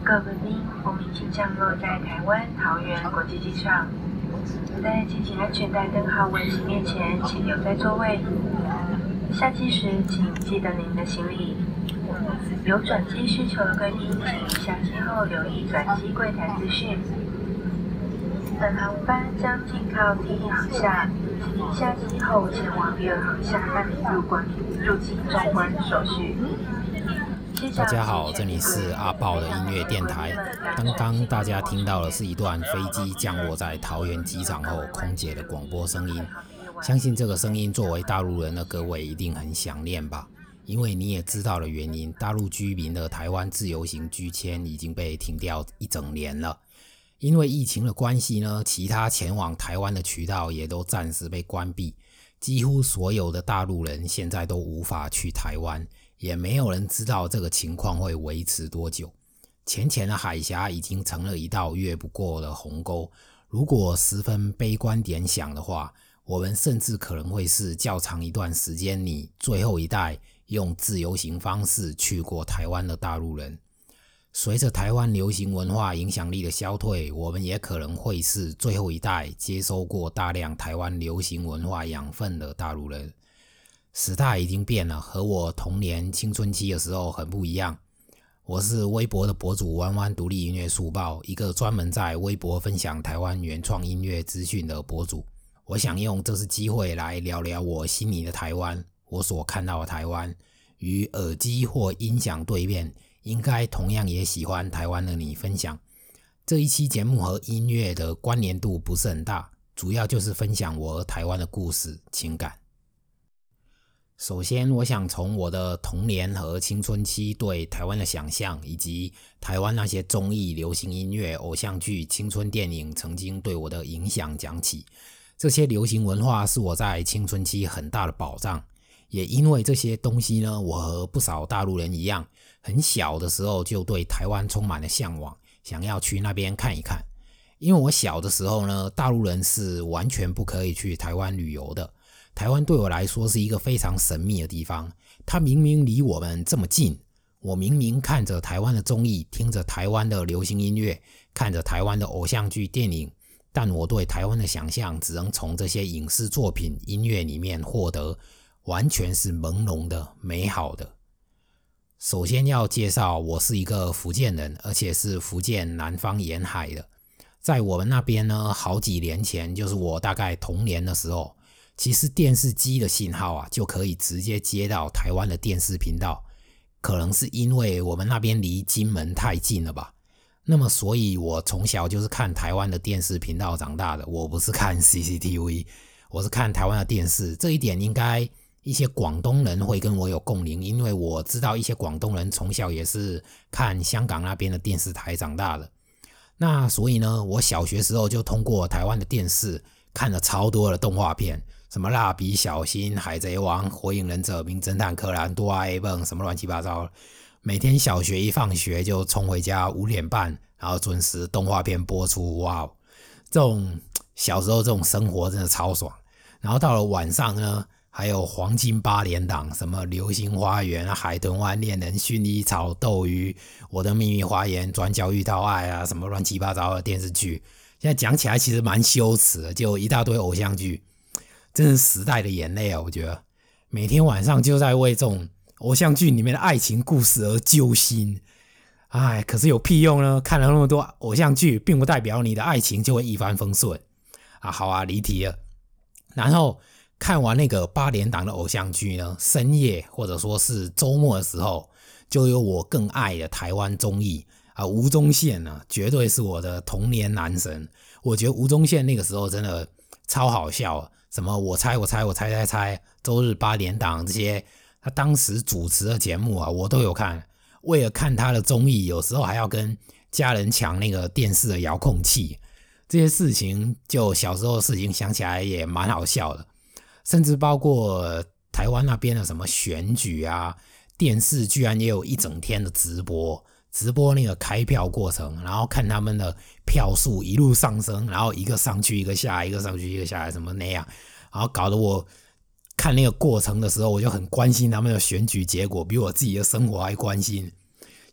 各贵宾，我们已经降落在台湾桃园国际机场。在系紧安全带灯号稳行面前，请留在座位。下机时，请记得您的行李。有转机需求的贵宾，请下机后留意转机柜台资讯。本航班将停靠第一航厦，请下机后前往第二航厦办理入境中关手续。 大家好，这里是阿豹的音乐电台。刚刚大家听到的是一段飞机降落在桃园机场后空姐的广播声音，相信这个声音作为大陆人的各位一定很想念吧，因为你也知道的原因，大陆居民的台湾自由行居签已经被停掉一整年了。因为疫情的关系呢，其他前往台湾的渠道也都暂时被关闭，几乎所有的大陆人现在都无法去台湾，也没有人知道这个情况会维持多久。浅浅的海峡已经成了一道越不过的鸿沟，如果十分悲观点想的话，我们甚至可能会是较长一段时间里最后一代用自由行方式去过台湾的大陆人。随着台湾流行文化影响力的消退，我们也可能会是最后一代接收过大量台湾流行文化养分的大陆人。时代已经变了，和我童年青春期的时候很不一样。我是微博的博主弯弯独立音乐速报，一个专门在微博分享台湾原创音乐资讯的博主。我想用这次机会来聊聊我心里的台湾，我所看到的台湾，与耳机或音响对面应该同样也喜欢台湾的你分享。这一期节目和音乐的关联度不是很大，主要就是分享我和台湾的故事情感。首先我想从我的童年和青春期对台湾的想象，以及台湾那些综艺、流行音乐、偶像剧、青春电影曾经对我的影响讲起。这些流行文化是我在青春期很大的保障，也因为这些东西呢，我和不少大陆人一样，很小的时候就对台湾充满了向往，想要去那边看一看。因为我小的时候呢，大陆人是完全不可以去台湾旅游的。台湾对我来说是一个非常神秘的地方，它明明离我们这么近，我明明看着台湾的综艺，听着台湾的流行音乐，看着台湾的偶像剧电影，但我对台湾的想象只能从这些影视作品、音乐里面获得，完全是朦胧的、美好的。首先要介绍，我是一个福建人，而且是福建南方沿海的。在我们那边呢，好几年前，就是我大概童年的时候，其实电视机的信号啊，就可以直接接到台湾的电视频道，可能是因为我们那边离金门太近了吧。那么所以我从小就是看台湾的电视频道长大的，我不是看 CCTV， 我是看台湾的电视。这一点应该一些广东人会跟我有共鸣，因为我知道一些广东人从小也是看香港那边的电视台长大的。那所以呢，我小学时候就通过台湾的电视看了超多的动画片，什么蜡笔小新、海贼王、火影忍者、名侦探柯南、哆啦 A 梦，什么乱七八糟的。每天小学一放学就冲回家5点半，然后准时动画片播出。哇，这种小时候这种生活真的超爽。然后到了晚上呢，还有黄金8连档，什么流星花园、海豚湾恋人、薰衣草、斗鱼、我的秘密花园、转角遇到爱啊，什么乱七八糟的电视剧。现在讲起来其实蛮羞耻的，就一大堆偶像剧，真是时代的眼泪啊！我觉得每天晚上就在为这种偶像剧里面的爱情故事而揪心。哎，可是有屁用呢？看了那么多偶像剧，并不代表你的爱情就会一帆风顺啊！好啊，离题了。然后看完那个8连档的偶像剧呢，深夜或者说是周末的时候，就有我更爱的台湾综艺啊，吴宗宪呢，绝对是我的童年男神。我觉得吴宗宪那个时候真的超好笑，什么我猜，周日8连档这些，他当时主持的节目啊，我都有看。为了看他的综艺，有时候还要跟家人抢那个电视的遥控器，这些事情就小时候的事情想起来也蛮好笑的。甚至包括台湾那边的什么选举啊，电视居然也有一整天的直播那个开票过程，然后看他们的票数一路上升，然后一个上去一个下来，一个上去一个下来，什么那样，然后搞得我看那个过程的时候，我就很关心他们的选举结果，比我自己的生活还关心。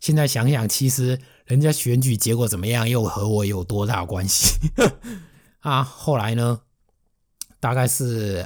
现在想想，其实人家选举结果怎么样，又和我有多大关系啊？后来呢，大概是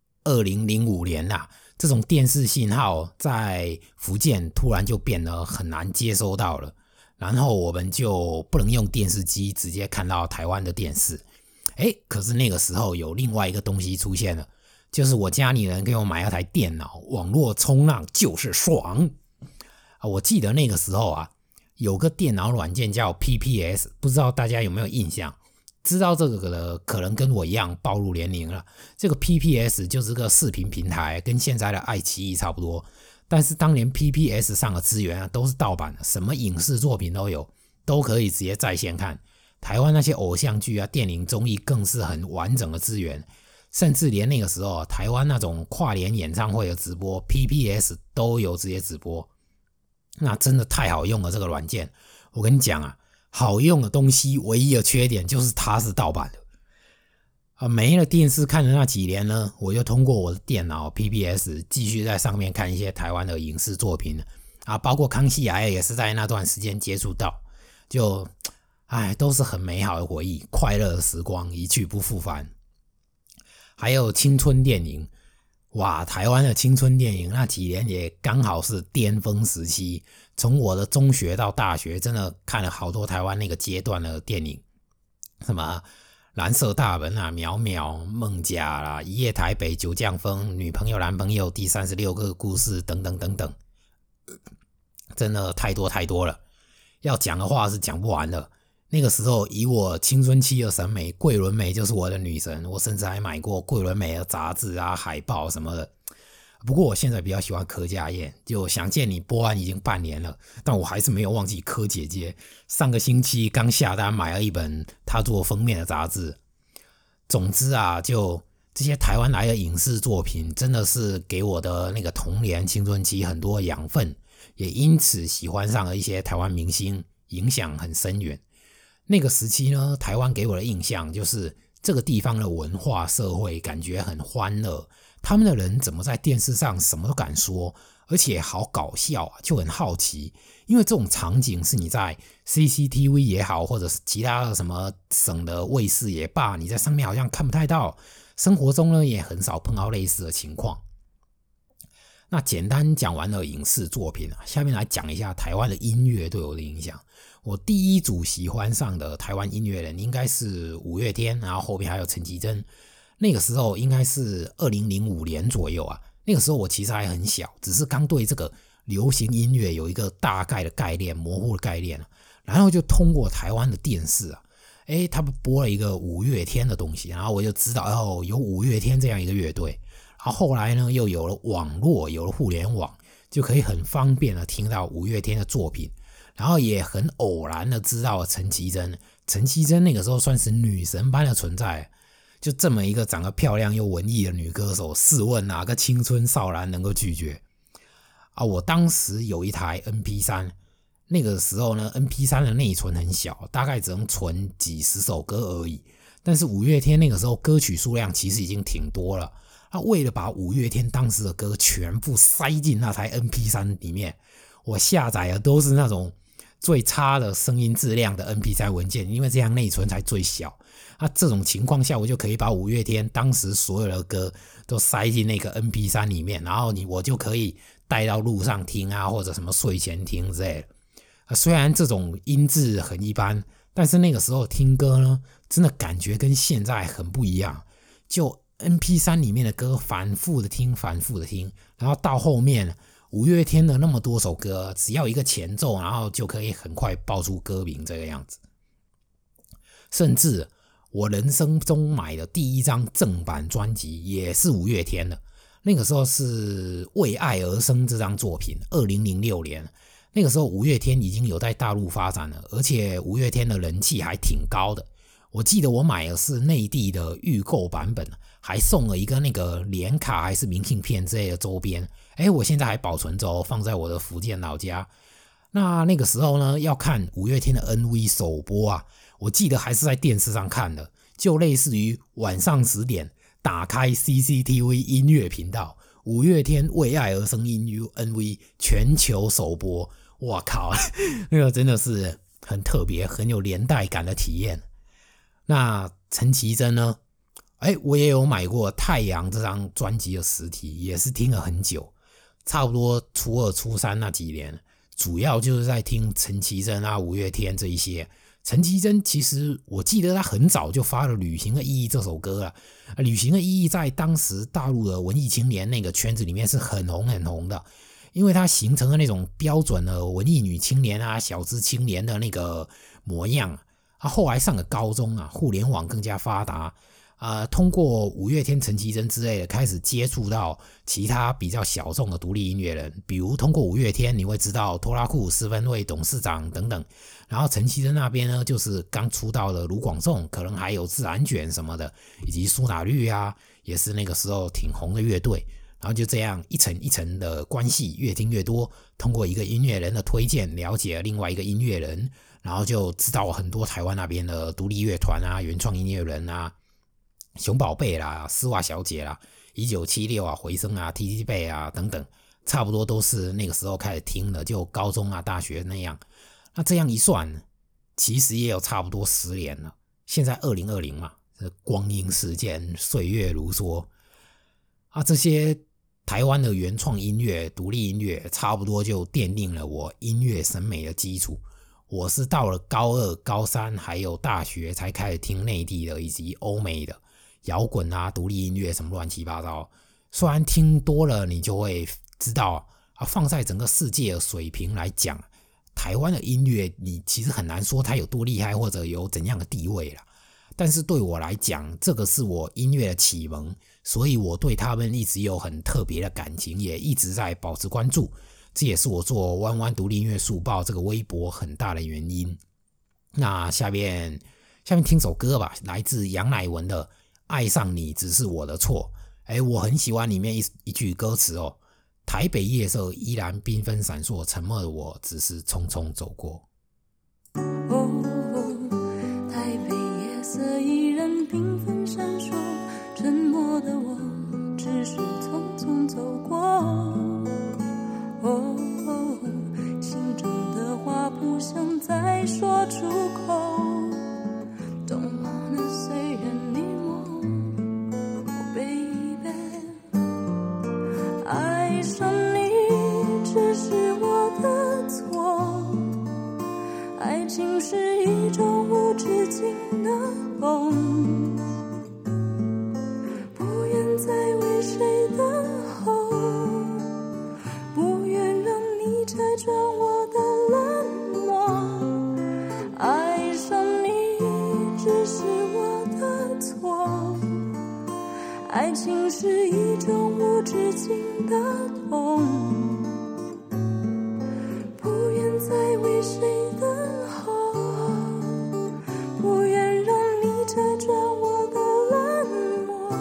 2005年啦，这种电视信号在福建突然就变得很难接收到了，然后我们就不能用电视机直接看到台湾的电视。可是那个时候有另外一个东西出现了，就是我家里人给我买了台电脑，网络冲浪就是爽我记得那个时候啊，有个电脑软件叫 PPS， 不知道大家有没有印象？知道这个的可能跟我一样暴露年龄了。这个 PPS 就是个视频平台，跟现在的爱奇艺差不多，但是当年 PPS 上的资源都是盗版的，什么影视作品都有，都可以直接在线看。台湾那些偶像剧啊、电影、综艺更是很完整的资源，甚至连那个时候台湾那种跨年演唱会的直播 PPS 都有直接直播。那真的太好用了，这个软件。我跟你讲啊，好用的东西唯一的缺点就是它是盗版的没了电视看的那几年呢，我就通过我的电脑 PPS 继续在上面看一些台湾的影视作品包括康熙来了也是在那段时间接触到，就都是很美好的回忆，快乐的时光一去不复返。还有青春电影，哇，台湾的青春电影那几年也刚好是巅峰时期，从我的中学到大学真的看了好多台湾那个阶段的电影，什么蓝色大门啊、淼淼、梦甲啦、一夜台北、九降风、女朋友男朋友、第36个故事等等等等，真的太多太多了，要讲的话是讲不完的。那个时候以我青春期的审美，桂纶镁就是我的女神，我甚至还买过桂纶镁的杂志啊、海报什么的。不过我现在比较喜欢柯佳嬿，就想见你播完已经半年了，但我还是没有忘记柯姐姐。上个星期刚下单买了一本她做封面的杂志。总之啊，就这些台湾来的影视作品真的是给我的那个童年青春期很多养分，也因此喜欢上了一些台湾明星，影响很深远。那个时期呢，台湾给我的印象就是这个地方的文化社会感觉很欢乐，他们的人怎么在电视上什么都敢说，而且好搞笑就很好奇。因为这种场景是你在 CCTV 也好，或者是其他的什么省的卫视也罢，你在上面好像看不太到，生活中呢也很少碰到类似的情况。那简单讲完了影视作品下面来讲一下台湾的音乐对我的影响。我第一组喜欢上的台湾音乐人应该是五月天，然后后面还有陈绮贞。那个时候应该是2005年左右那个时候我其实还很小，只是刚对这个流行音乐有一个大概的概念，模糊的概念然后就通过台湾的电视他们播了一个五月天的东西，然后我就知道有五月天这样一个乐队。然后后来呢，又有了网络，有了互联网，就可以很方便的听到五月天的作品。然后也很偶然的知道了陈绮贞。陈绮贞那个时候算是女神般的存在，就这么一个长得漂亮又文艺的女歌手，试问哪个青春少男能够拒绝我当时有一台 MP3， 那个时候呢 MP3 的内存很小，大概只能存几十首歌而已。但是五月天那个时候歌曲数量其实已经挺多了，为了把五月天当时的歌全部塞进那台 MP3 里面，我下载的都是那种最差的声音质量的 MP3 文件，因为这样内存才最小这种情况下，我就可以把五月天当时所有的歌都塞进那个 MP3 里面，然后我就可以带到路上听或者什么睡前听之类的虽然这种音质很一般，但是那个时候听歌呢，真的感觉跟现在很不一样。就 MP3 里面的歌反复的听，然后到后面五月天的那么多首歌，只要一个前奏，然后就可以很快报出歌名这个样子。甚至我人生中买的第一张正版专辑也是五月天的，那个时候是《为爱而生》这张作品，2006年。那个时候五月天已经有在大陆发展了，而且五月天的人气还挺高的。我记得我买的是内地的预购版本，还送了一个那个联卡还是明信片之类的周边。我现在还保存着放在我的福建老家。那个时候呢，要看五月天的 MV 首播我记得还是在电视上看的，就类似于晚上10点打开 CCTV 音乐频道，五月天为爱而生音乐 MV 全球首播。 哇靠，那个真的是很特别，很有年代感的体验。那陈绮贞呢？我也有买过《太阳》这张专辑的实体，也是听了很久，差不多初二、初三那几年，主要就是在听陈绮贞啊、五月天这一些。陈绮贞其实我记得他很早就发了《旅行的意义》这首歌了，《旅行的意义》在当时大陆的文艺青年那个圈子里面是很红很红的，因为它形成了那种标准的文艺女青年啊、小资青年的那个模样。后来上了高中啊，互联网更加发达。通过五月天、陈绮贞之类的，开始接触到其他比较小众的独立音乐人，比如通过五月天，你会知道拖拉库、四分卫、董事长等等。然后陈绮贞那边呢，就是刚出道的卢广仲，可能还有自然卷什么的，以及苏打绿啊，也是那个时候挺红的乐队。然后就这样一层一层的关系越听越多，通过一个音乐人的推荐，了解了另外一个音乐人，然后就知道很多台湾那边的独立乐团啊、原创音乐人啊，熊宝贝啦、丝袜小姐啦、1976啊、回声啊、TT 贝啊等等，差不多都是那个时候开始听的，就高中啊、大学那样。那这样一算，其实也有差不多10年了。现在2020嘛，光阴似箭，岁月如梭啊，这些台湾的原创音乐、独立音乐，差不多就奠定了我音乐审美的基础。我是到了高2、高3还有大学才开始听内地的以及欧美的摇滚啊、独立音乐什么乱七八糟。虽然听多了你就会知道放在整个世界的水平来讲，台湾的音乐你其实很难说它有多厉害或者有怎样的地位啦。但是对我来讲，这个是我音乐的启蒙，所以我对他们一直有很特别的感情，也一直在保持关注。这也是我做弯弯独立音乐速报这个微博很大的原因。那下面听首歌吧，来自杨乃文的《爱上你只是我的错》。我很喜欢里面一句歌词哦，台北夜色依然缤纷闪烁，沉默的我只是匆匆走过。 台北夜色依然缤纷闪烁，沉默的我只是匆匆走过。心中的话不想再说出口， Don't wanna say anymore, oh baby。 爱上你只是我的错，爱情是一种无止境的痛，不愿再为谁等候，不愿让你拆穿我的冷漠。爱上你只是我的错，爱情是一种无止境的痛，不愿再为谁等候，不愿让你拆穿我的冷漠。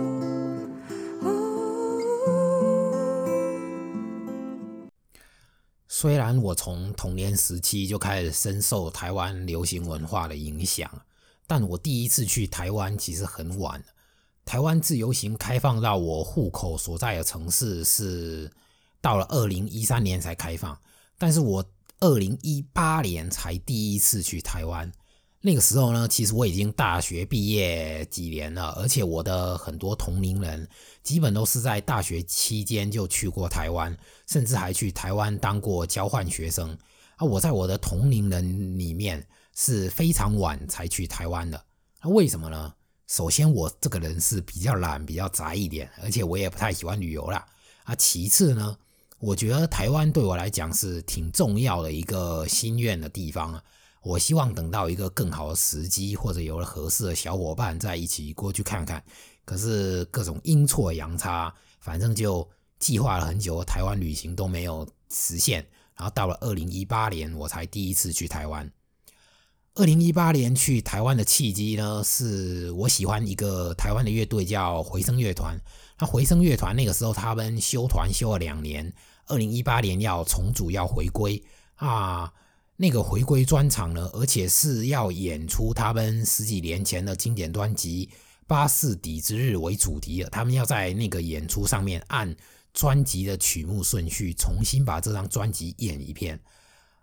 虽然我从童年时期就开始深受台湾流行文化的影响，但我第一次去台湾其实很晚。台湾自由行开放到我户口所在的城市是到了2013年才开放，但是我2018年才第一次去台湾。那个时候呢，其实我已经大学毕业几年了，而且我的很多同龄人基本都是在大学期间就去过台湾，甚至还去台湾当过交换学生。我在我的同龄人里面是非常晚才去台湾的。为什么呢？首先我这个人是比较懒比较宅一点，而且我也不太喜欢旅游啦。其次呢，我觉得台湾对我来讲是挺重要的一个心愿的地方。我希望等到一个更好的时机，或者有了合适的小伙伴再一起过去看看。可是各种阴错阳差，反正就计划了很久，台湾旅行都没有实现。然后到了2018年我才第一次去台湾。2018年去台湾的契机呢，是我喜欢一个台湾的乐队叫回声乐团。那回声乐团那个时候他们休团休了2年，2018年要重组要回归那个回归专场呢，而且是要演出他们10几年前的经典专辑《八四底之日》为主题的。他们要在那个演出上面按专辑的曲目顺序重新把这张专辑演一遍。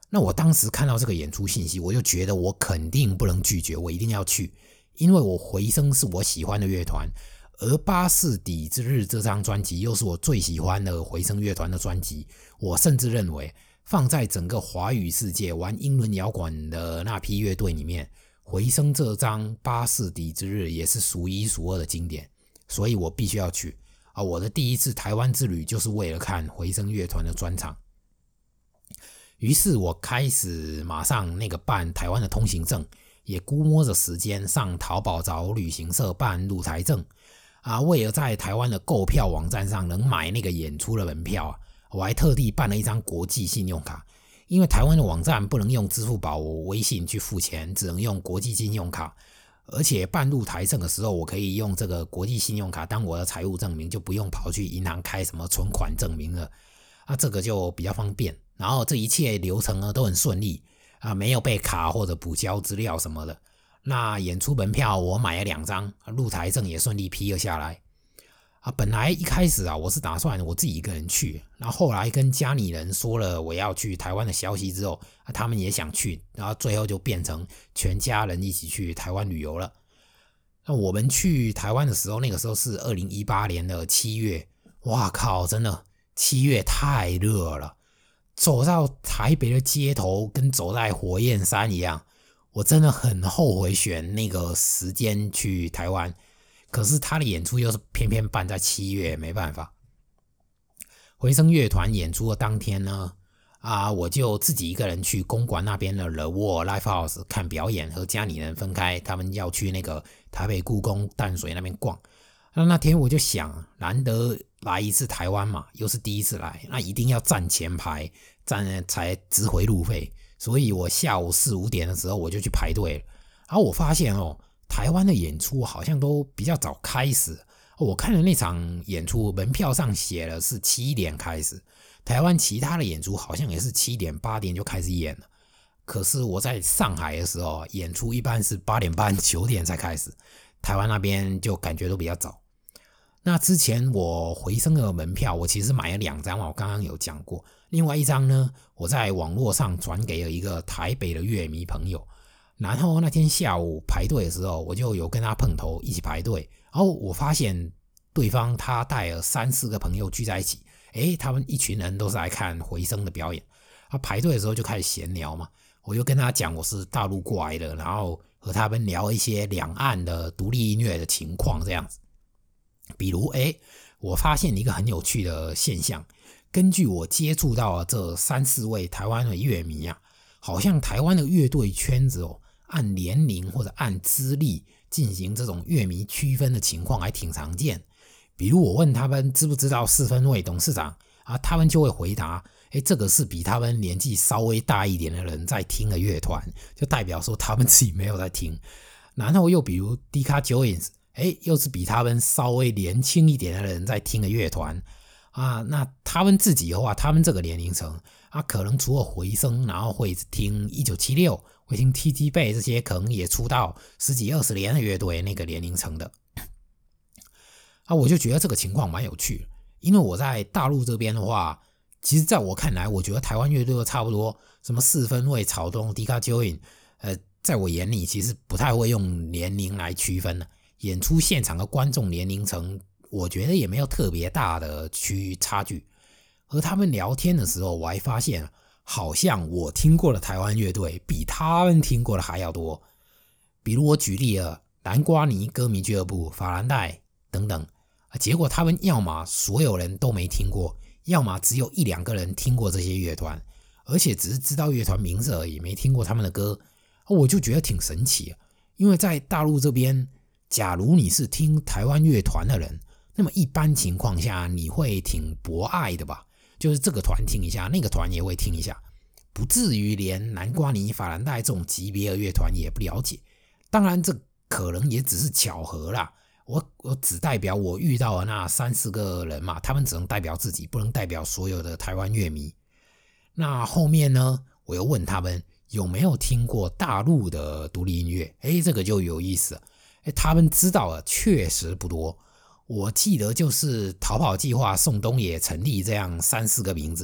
那我当时看到这个演出信息，我就觉得我肯定不能拒绝，我一定要去，因为我回声是我喜欢的乐团，而巴士底之日这张专辑又是我最喜欢的回声乐团的专辑，我甚至认为放在整个华语世界玩英伦摇滚的那批乐队里面，回声这张巴士底之日也是数一数二的经典，所以我必须要去我的第一次台湾之旅就是为了看回声乐团的专场。于是我开始马上那个办台湾的通行证，也估摸着时间上淘宝找旅行社办入台证为了在台湾的购票网站上能买那个演出的门票我还特地办了一张国际信用卡，因为台湾的网站不能用支付宝、微信去付钱，只能用国际信用卡，而且办入台证的时候，我可以用这个国际信用卡当我的财务证明，就不用跑去银行开什么存款证明了这个就比较方便，然后这一切流程呢都很顺利没有被卡或者补交资料什么的。那演出门票我买了2张，入台证也顺利批了下来本来一开始我是打算我自己一个人去，然后后来跟家里人说了我要去台湾的消息之后他们也想去，然后最后就变成全家人一起去台湾旅游了。那我们去台湾的时候，那个时候是2018年的7月，哇靠，真的7月太热了，走到台北的街头跟走在火焰山一样，我真的很后悔选那个时间去台湾，可是他的演出又是偏偏办在7月，没办法。回声乐团演出的当天呢我就自己一个人去公馆那边的 The Wall Live House 看表演，和家里人分开，他们要去那个台北故宫淡水那边逛。那天我就想，难得来一次台湾嘛，又是第一次来，那一定要站前排，站才值回路费。所以我下午4、5点的时候我就去排队了。然后我发现台湾的演出好像都比较早开始。我看了那场演出，门票上写了是7点开始，台湾其他的演出好像也是7点、8点就开始演了。可是我在上海的时候，演出一般是8点半、9点才开始，台湾那边就感觉都比较早。那之前我回声的门票，我其实买了2张我刚刚有讲过。另外一张呢，我在网络上转给了一个台北的乐迷朋友。然后那天下午排队的时候，我就有跟他碰头一起排队。然后我发现对方他带了3、4个朋友聚在一起，他们一群人都是来看回声的表演。排队的时候就开始闲聊嘛，我就跟他讲我是大陆过来的，然后和他们聊一些两岸的独立音乐的情况这样子。比如我发现一个很有趣的现象，根据我接触到这3、4位台湾的乐迷好像台湾的乐队圈子按年龄或者按资历进行这种乐迷区分的情况还挺常见。比如我问他们知不知道4分卫董事长他们就会回答这个是比他们年纪稍微大一点的人在听的乐团，就代表说他们自己没有在听。然后又比如 Deca Joins又是比他们稍微年轻一点的人在听的乐团那他们自己的话，他们这个年龄层可能除了回声，然后会听1976，会听 TT Bay 这些可能也出道10几20年的乐队那个年龄层的我就觉得这个情况蛮有趣的。因为我在大陆这边的话，其实在我看来，我觉得台湾乐队都差不多，什么4分卫、草东、Deca Joins在我眼里其实不太会用年龄来区分的。演出现场的观众年龄层，我觉得也没有特别大的差距。和他们聊天的时候，我还发现好像我听过的台湾乐队比他们听过的还要多。比如我举例了南瓜泥歌迷俱乐部、法兰黛等等结果他们要么所有人都没听过，要么只有1、2个人听过这些乐团，而且只是知道乐团名字而已，没听过他们的歌我就觉得挺神奇因为在大陆这边，假如你是听台湾乐团的人，那么一般情况下你会挺博爱的吧，就是这个团听一下，那个团也会听一下，不至于连南瓜泥、法兰黛这种级别的乐团也不了解。当然这可能也只是巧合啦，我只代表我遇到的那3、4个人嘛，他们只能代表自己，不能代表所有的台湾乐迷。那后面呢，我又问他们有没有听过大陆的独立音乐，这个就有意思了。他们知道的确实不多，我记得就是逃跑计划、宋冬野、陈粒这样3、4个名字，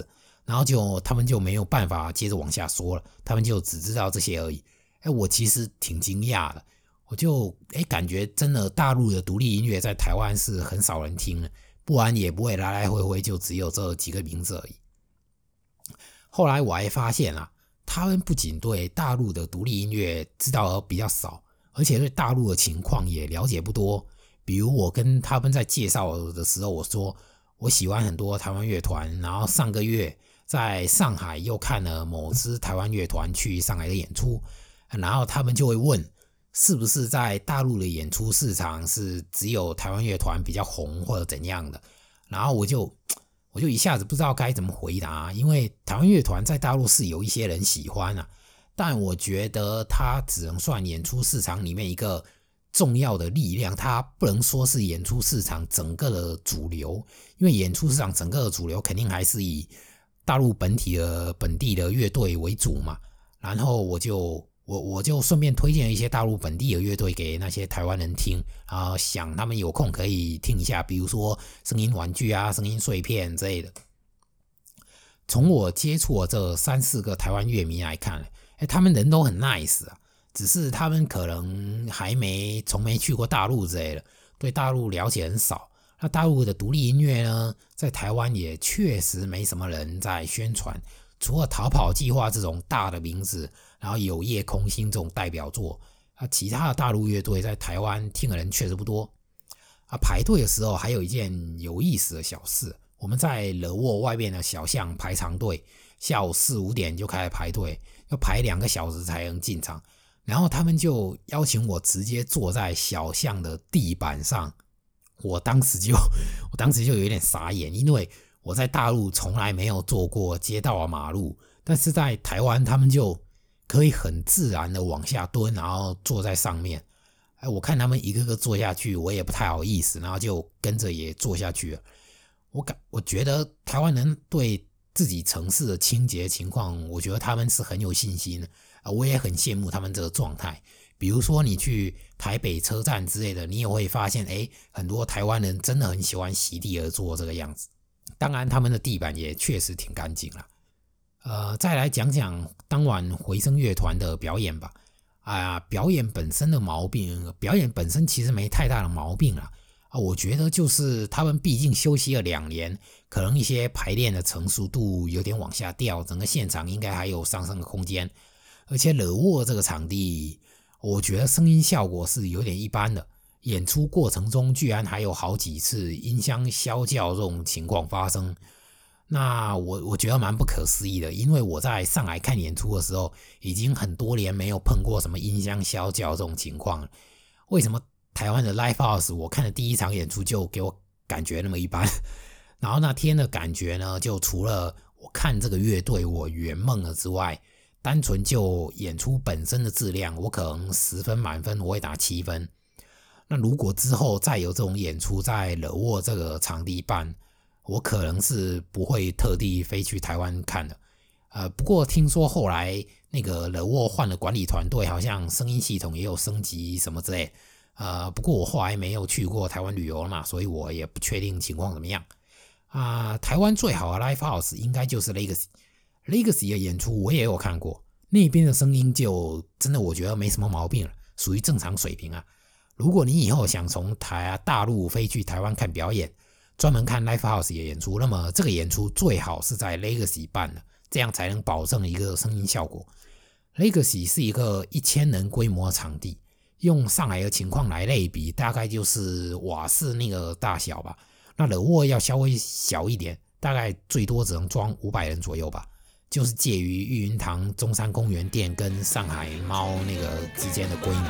然后他们就没有办法接着往下说了，他们就只知道这些而已。我其实挺惊讶的，我就感觉真的大陆的独立音乐在台湾是很少人听的，不然也不会来来回回就只有这几个名字而已。后来我还发现他们不仅对大陆的独立音乐知道比较少，而且对大陆的情况也了解不多。比如我跟他们在介绍的时候，我说我喜欢很多台湾乐团，然后上个月在上海又看了某支台湾乐团去上海的演出，然后他们就会问是不是在大陆的演出市场是只有台湾乐团比较红或者怎样的，然后我就一下子不知道该怎么回答，因为台湾乐团在大陆是有一些人喜欢但我觉得它只能算演出市场里面一个重要的力量，它不能说是演出市场整个的主流，因为演出市场整个的主流肯定还是以大陆本地的乐队为主嘛。然后我就顺便推荐一些大陆本地的乐队给那些台湾人听，想他们有空可以听一下，比如说声音玩具声音碎片之类的。从我接触的这3-4个台湾乐迷来看，他们人都很 nice只是他们可能从没去过大陆之类的，对大陆了解很少。那大陆的独立音乐呢，在台湾也确实没什么人在宣传，除了逃跑计划这种大的名字，然后有夜空心这种代表作，其他的大陆乐队在台湾听的人确实不多。排队的时候还有一件有意思的小事，我们在惹沃外面的小巷排长队，下午4-5点就开始排队，要排2个小时才能进场。然后他们就邀请我直接坐在小巷的地板上，我当时就有点傻眼，因为我在大陆从来没有坐过街道的马路，但是在台湾他们就可以很自然的往下蹲，然后坐在上面。我看他们一个个坐下去，我也不太好意思，然后就跟着也坐下去了。我觉得台湾人对自己城市的清洁情况，我觉得他们是很有信心的。我也很羡慕他们这个状态。比如说你去台北车站之类的，你也会发现很多台湾人真的很喜欢席地而坐这个样子。当然他们的地板也确实挺干净啦。再来讲讲当晚回声乐团的表演吧。表演本身其实没太大的毛病啦。我觉得就是他们毕竟休息了2年，可能一些排练的成熟度有点往下掉，整个现场应该还有上升的空间。而且惹沃这个场地，我觉得声音效果是有点一般的，演出过程中居然还有好几次音箱啸叫这种情况发生。那我觉得蛮不可思议的，因为我在上海看演出的时候，已经很多年没有碰过什么音箱啸叫这种情况了。为什么台湾的 Live House 我看的第一场演出就给我感觉那么一般？然后那天的感觉呢，就除了我看这个乐队我圆梦了之外，单纯就演出本身的质量，我可能10分满分我会打7分。那如果之后再有这种演出在惹沃这个场地办，我可能是不会特地飞去台湾看的。不过听说后来那个惹沃换了管理团队，好像声音系统也有升级什么之类。不过我后来没有去过台湾旅游了嘛，所以我也不确定情况怎么样。台湾最好的 Live House 应该就是 Legacy 的演出我也有看过，那边的声音就真的我觉得没什么毛病了，属于正常水平啊。如果你以后想从大陆飞去台湾看表演，专门看 Live House 的演出，那么这个演出最好是在 Legacy 办的，这样才能保证一个声音效果。Legacy 是一个1000人规模的场地，用上海的情况来类比，大概就是瓦斯那个大小吧。那惹沃要稍微小一点，大概最多只能装500人左右吧，就是介于玉云堂中山公园店跟上海猫那个之间的规模。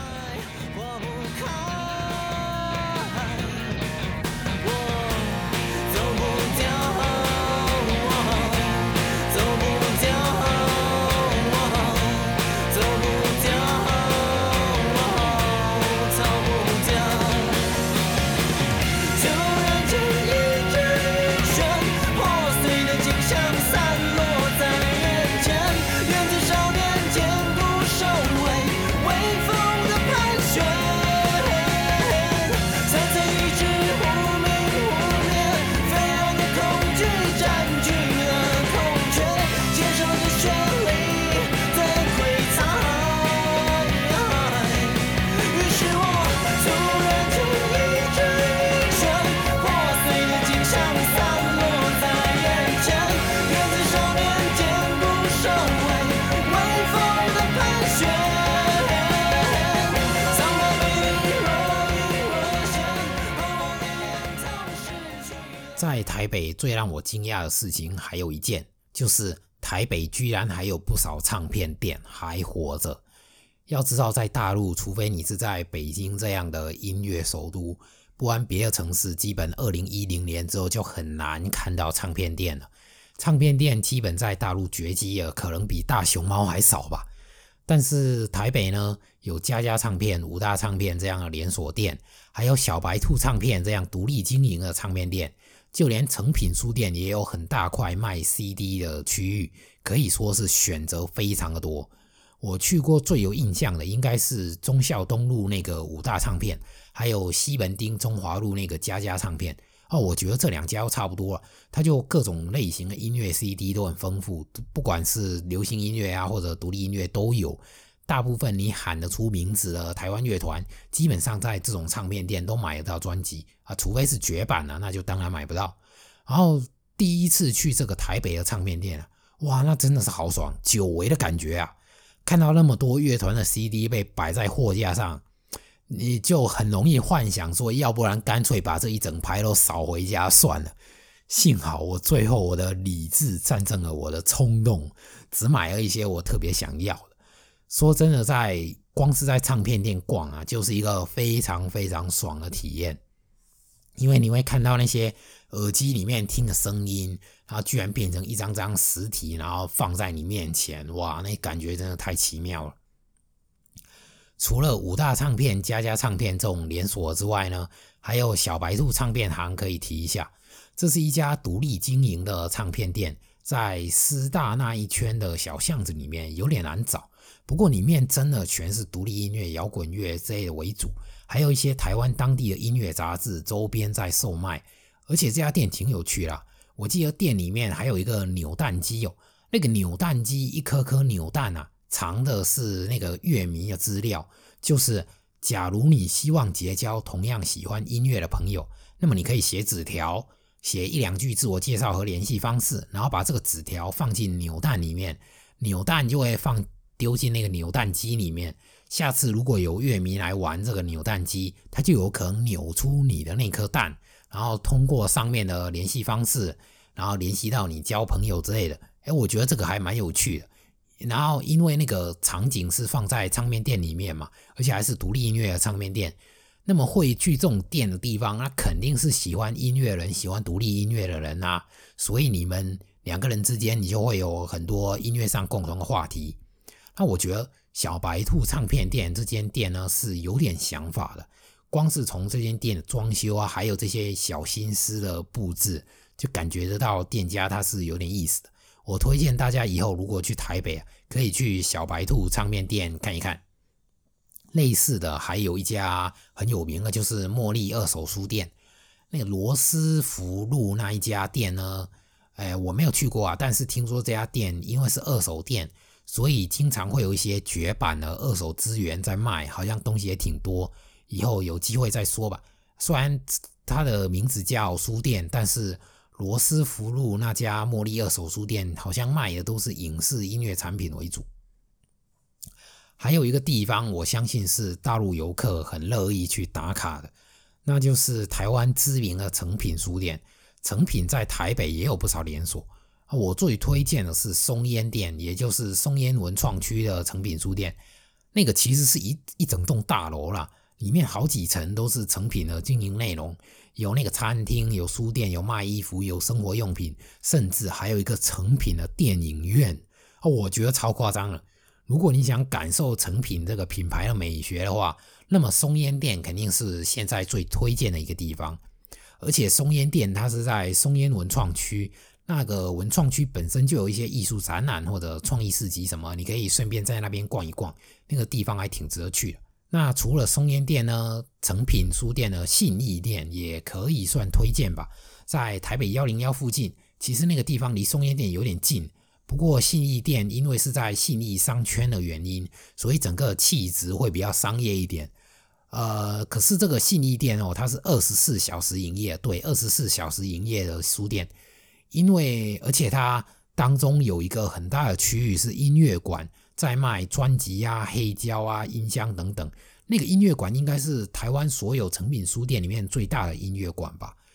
在台北最让我惊讶的事情还有一件，就是台北居然还有不少唱片店还活着。要知道在大陆，除非你是在北京这样的音乐首都，不然别的城市基本2010年之后就很难看到唱片店了。唱片店基本在大陆绝迹了，可能比大熊猫还少吧。但是台北呢，有家家唱片、五大唱片这样的连锁店，还有小白兔唱片这样独立经营的唱片店，就连诚品书店也有很大块卖 CD 的区域，可以说是选择非常的多。我去过最有印象的应该是忠孝东路那个五大唱片，还有西门町中华路那个家家唱片。我觉得这两家都差不多了，它就各种类型的音乐 CD 都很丰富，不管是流行音乐啊或者独立音乐都有。大部分你喊得出名字的台湾乐团，基本上在这种唱片店都买得到专辑啊，除非是绝版那就当然买不到。然后第一次去这个台北的唱片店哇，那真的是好爽，久违的感觉啊！看到那么多乐团的 CD 被摆在货架上，你就很容易幻想说，要不然干脆把这一整排都扫回家算了。幸好最后我的理智战胜了我的冲动，只买了一些我特别想要的。说真的，光是在唱片店逛就是一个非常非常爽的体验。因为你会看到那些耳机里面听的声音，然后居然变成一张张实体，然后放在你面前，哇，那感觉真的太奇妙了。除了五大唱片、家家唱片这种连锁之外呢，还有小白兔唱片行可以提一下。这是一家独立经营的唱片店，在师大那一圈的小巷子里面，有点难找。不过里面真的全是独立音乐、摇滚乐之类的为主，还有一些台湾当地的音乐杂志周边在售卖。而且这家店挺有趣啦，我记得店里面还有一个扭蛋机那个扭蛋机一颗颗扭蛋藏的是那个乐迷的资料，就是假如你希望结交同样喜欢音乐的朋友，那么你可以写纸条，写一两句自我介绍和联系方式，然后把这个纸条放进扭蛋里面，扭蛋就会丢进那个扭蛋机里面。下次如果有乐迷来玩这个扭蛋机，他就有可能扭出你的那颗蛋，然后通过上面的联系方式，然后联系到你交朋友之类的。我觉得这个还蛮有趣的。然后因为那个场景是放在唱片店里面嘛，而且还是独立音乐的唱片店，那么会去这种店的地方，那肯定是喜欢音乐人、喜欢独立音乐的人所以你们两个人之间你就会有很多音乐上共同的话题。那我觉得小白兔唱片店这间店呢是有点想法的，光是从这间店的装修还有这些小心思的布置，就感觉得到店家他是有点意思的。我推荐大家以后如果去台北可以去小白兔唱片店看一看。类似的还有一家很有名的，就是茉莉二手书店。那个罗斯福路那一家店呢，我没有去过但是听说这家店因为是二手店，所以经常会有一些绝版的二手资源在卖，好像东西也挺多，以后有机会再说吧。虽然它的名字叫书店，但是罗斯福路那家茉莉二手书店好像卖的都是影视音乐产品为主。还有一个地方我相信是大陆游客很乐意去打卡的，那就是台湾知名的诚品书店。诚品在台北也有不少连锁，我最推荐的是松烟店，也就是松烟文创区的诚品书店。那个其实是一整栋大楼啦，里面好几层都是诚品的经营内容，有那个餐厅，有书店，有卖衣服，有生活用品，甚至还有一个诚品的电影院。我觉得超夸张了。如果你想感受诚品这个品牌的美学的话，那么松烟店肯定是现在最推荐的一个地方。而且松烟店它是在松烟文创区，那个文创区本身就有一些艺术展览或者创意市集什么，你可以顺便在那边逛一逛，那个地方还挺值得去的。那除了松烟店呢，诚品书店的信义店也可以算推荐吧，在台北101附近，其实那个地方离松烟店有点近，不过信义店因为是在信义商圈的原因，所以整个气质会比较商业一点。可是这个信义店它是24小时营业，对，24小时营业的书店。而且它当中有一个很大的区域是音乐馆，在卖专辑黑胶音箱等等。那个音乐馆应该是台湾所有诚品书店里面最大的音乐馆吧。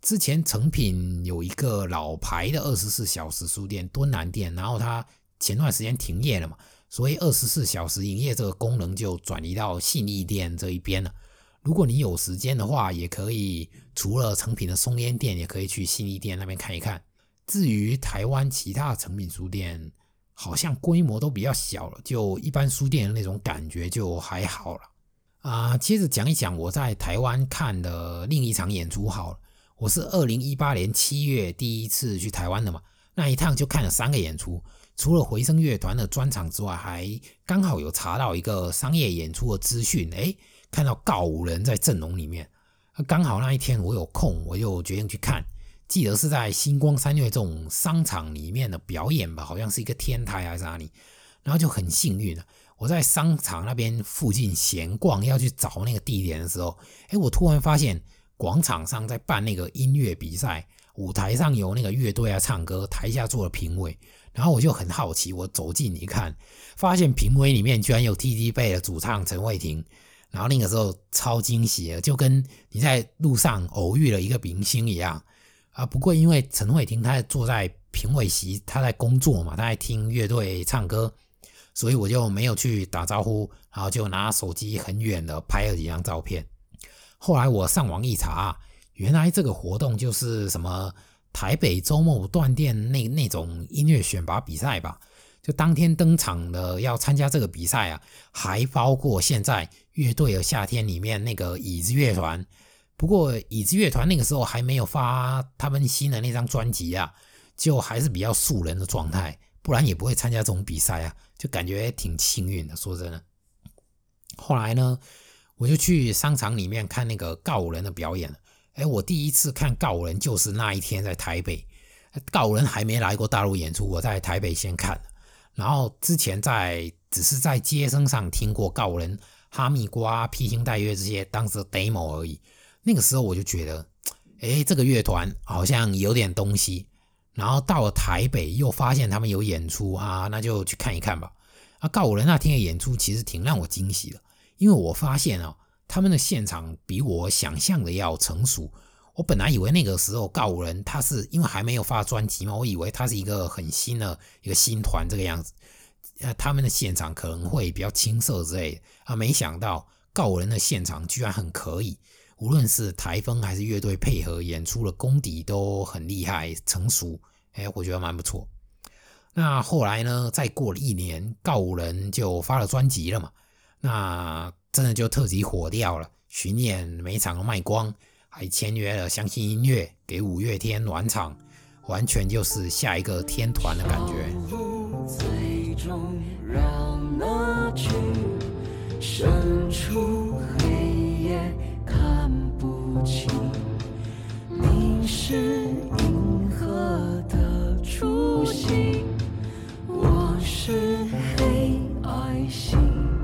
之前诚品有一个老牌的24小时书店敦南店，然后它前段时间停业了嘛，所以24小时营业这个功能就转移到信义店这一边了。如果你有时间的话，也可以除了诚品的松烟店，也可以去信义店那边看一看。至于台湾其他的诚品书店，好像规模都比较小了，就一般书店的那种感觉就还好了。接着讲一讲我在台湾看的另一场演出好了。我是2018年7月第一次去台湾的嘛，那一趟就看了3个演出，除了回声乐团的专场之外，还刚好有查到一个商业演出的资讯，看到告五人在阵容里面，刚好那一天我有空，我就决定去看。记得是在星光三月这种商场里面的表演吧，好像是一个天台还是哪里，然后就很幸运我在商场那边附近闲逛，要去找那个地点的时候，我突然发现广场上在办那个音乐比赛，舞台上有那个乐队唱歌，台下做了评委，然后我就很好奇，我走近一看，发现评委里面居然有 TTBay 的主唱陈慧婷，然后那个时候超惊喜的，就跟你在路上偶遇了一个明星一样不过因为陈慧婷她坐在评委席，她在工作嘛，她在听乐队唱歌，所以我就没有去打招呼，然后就拿手机很远的拍了几张照片。后来我上网一查，原来这个活动就是什么台北周末不断电那种音乐选拔比赛吧，就当天登场的要参加这个比赛还包括现在乐队的夏天里面那个椅子乐团。不过椅子乐团那个时候还没有发他们新的那张专辑就还是比较素人的状态，不然也不会参加这种比赛就感觉挺幸运的，说真的。后来呢，我就去商场里面看那个告五人的表演了。我第一次看告五人就是那一天在台北，告五人还没来过大陆演出，我在台北先看了。然后之前只是在街声上听过告五人、哈密瓜、披星戴月这些当时的 demo 而已。那个时候我就觉得这个乐团好像有点东西，然后到了台北又发现他们有演出那就去看一看吧。告五人那天的演出其实挺让我惊喜的，因为我发现他们的现场比我想象的要成熟。我本来以为那个时候告五人他是因为还没有发专辑嘛，我以为他是一个很新的一个新团这个样子，他们的现场可能会比较青涩之类的没想到告五人的现场居然很可以，无论是台风还是乐队配合演出的功底都很厉害成熟，我觉得蛮不错。那后来呢，再过了1年，告五人就发了专辑了嘛，那真的就特级火掉了，巡演每场都卖光，还签约了相信音乐，给五月天暖场，完全就是下一个天团的感觉。最终让那去深处黑夜看不清，你是银河的雏形，我是黑爱心。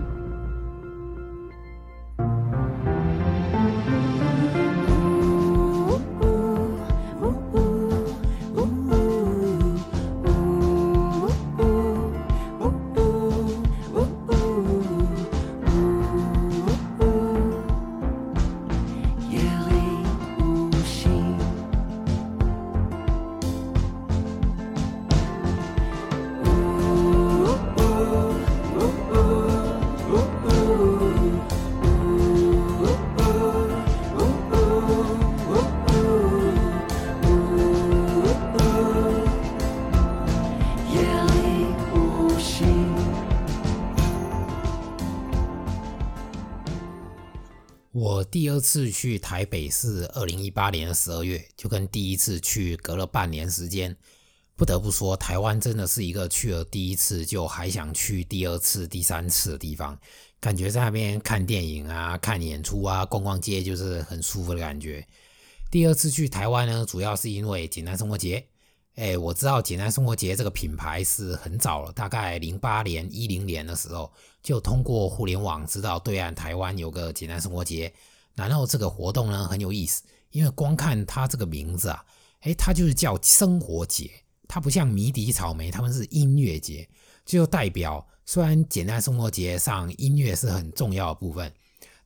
我第二次去台北是2018年的12月，就跟第一次去隔了半年时间。不得不说，台湾真的是一个去了第一次就还想去第二次、第三次的地方，感觉在那边看电影看演出逛逛街就是很舒服的感觉。第二次去台湾呢，主要是因为简单生活节。我知道简单生活节这个品牌是很早了，大概08年、10年的时候就通过互联网知道对岸台湾有个简单生活节。然后这个活动呢很有意思，因为光看它这个名字它就是叫生活节，它不像迷笛草莓他们是音乐节，就代表虽然简单生活节上音乐是很重要的部分，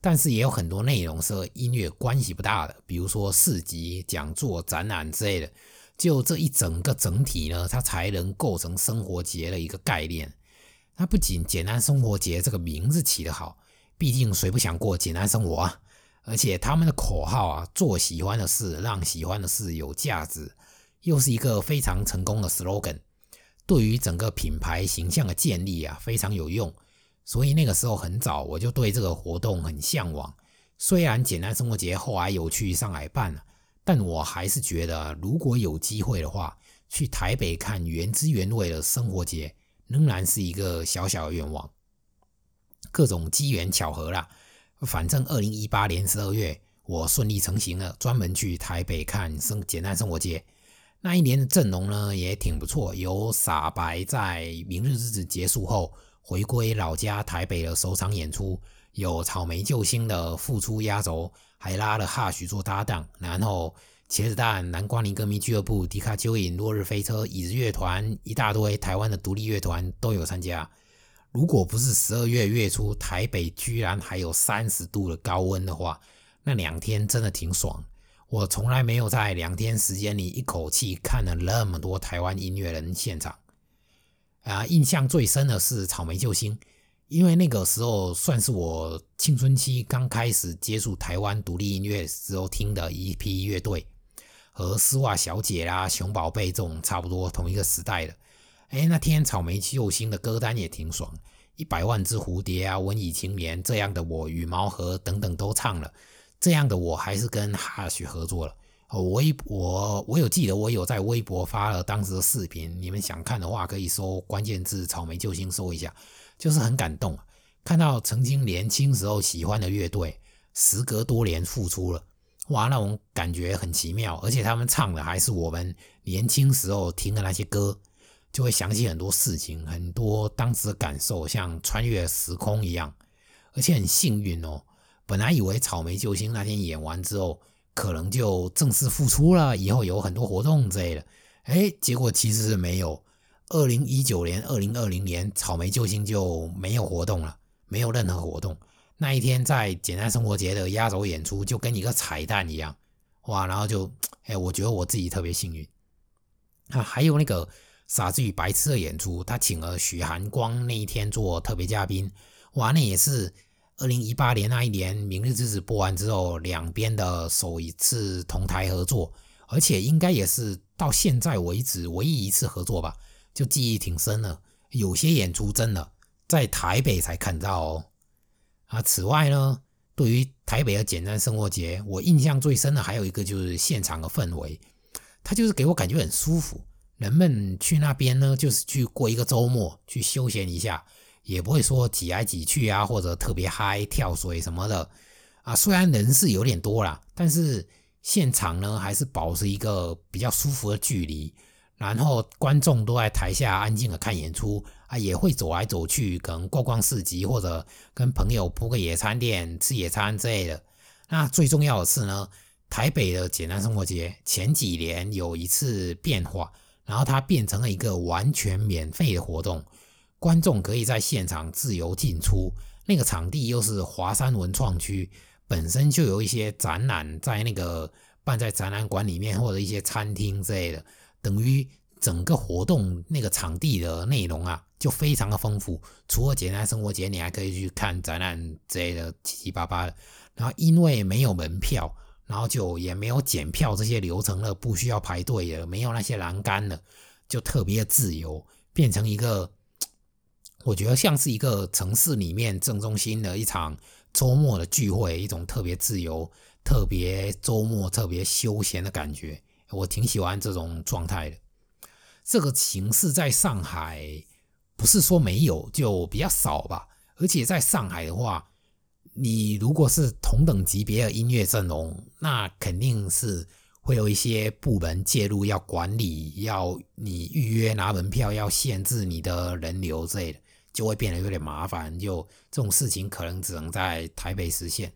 但是也有很多内容是和音乐关系不大的，比如说市集、讲座、展览之类的。就这一整个整体呢，它才能构成生活节的一个概念。它不仅简单生活节这个名字起得好，毕竟谁不想过简单生活啊？而且他们的口号啊，做喜欢的事，让喜欢的事有价值，又是一个非常成功的 slogan， 对于整个品牌形象的建立啊，非常有用。所以那个时候很早我就对这个活动很向往。虽然简单生活节后来有去上海办了，但我还是觉得如果有机会的话，去台北看原汁原味的生活节仍然是一个小小的愿望。各种机缘巧合啦，反正2018年12月我顺利成行了，专门去台北看简单生活节。那一年的阵容呢也挺不错，有傻白在明日之子结束后回归老家台北的首场演出，有草莓救星的复出压轴，还拉了哈许做搭档，然后茄子蛋、南瓜泥歌迷俱乐部、迪卡蚯蚓、落日飞车、椅子乐团，一大堆台湾的独立乐团都有参加。如果不是12月月初台北居然还有30度的高温的话，那2天真的挺爽。我从来没有在2天时间里一口气看了那么多台湾音乐人现场。印象最深的是草莓救星，因为那个时候算是我青春期刚开始接触台湾独立音乐时候听的一批乐队，和丝袜小姐啦、熊宝贝这种差不多同一个时代的。那天草莓救星的歌单也挺爽，100万只蝴蝶啊、文艺青年、这样的我、羽毛河等等都唱了。这样的我还是跟哈许合作了。我有记得我有在微博发了当时的视频，你们想看的话可以搜关键字草莓救星搜一下，就是很感动，看到曾经年轻时候喜欢的乐队时隔多年复出了，哇，那种感觉很奇妙，而且他们唱的还是我们年轻时候听的那些歌，就会想起很多事情，很多当时的感受像穿越时空一样。而且很幸运哦，本来以为草莓救星那天演完之后可能就正式复出了，以后有很多活动之类的。结果其实是没有。2019年、2020年草莓救星就没有活动了，没有任何活动。那一天在简单生活节的压轴演出就跟一个彩蛋一样，哇！然后就我觉得我自己特别幸运。还有那个傻子与白痴的演出，他请了许寒光那一天做特别嘉宾，哇，那也是2018年那一年明日之子播完之后两边的首一次同台合作，而且应该也是到现在为止唯一一次合作吧，就记忆挺深的。有些演出真的在台北才看到哦。此外呢，对于台北的简单生活节，我印象最深的还有一个就是现场的氛围，它就是给我感觉很舒服。人们去那边呢，就是去过一个周末，去休闲一下，也不会说挤来挤去啊，或者特别嗨跳水什么的虽然人是有点多啦，但是现场呢还是保持一个比较舒服的距离，然后观众都在台下安静的看演出也会走来走去，可能逛逛市集，或者跟朋友铺个野餐店吃野餐之类的。那最重要的是呢，台北的简单生活节前几年有一次变化，然后它变成了一个完全免费的活动，观众可以在现场自由进出，那个场地又是华山文创区，本身就有一些展览在那个办在展览馆里面，或者一些餐厅之类的，等于整个活动那个场地的内容就非常的丰富。除了简单生活节，你还可以去看展览之类的七七八八的。然后因为没有门票，然后就也没有检票这些流程了，不需要排队的，没有那些栏杆了，就特别自由，变成一个我觉得像是一个城市里面正中心的一场周末的聚会，一种特别自由、特别周末、特别休闲的感觉，我挺喜欢这种状态的。这个形式在上海不是说没有，就比较少吧。而且在上海的话，你如果是同等级别的音乐阵容，那肯定是会有一些部门介入，要管理，要你预约拿门票，要限制你的人流之类的，就会变得有点麻烦。就这种事情可能只能在台北实现。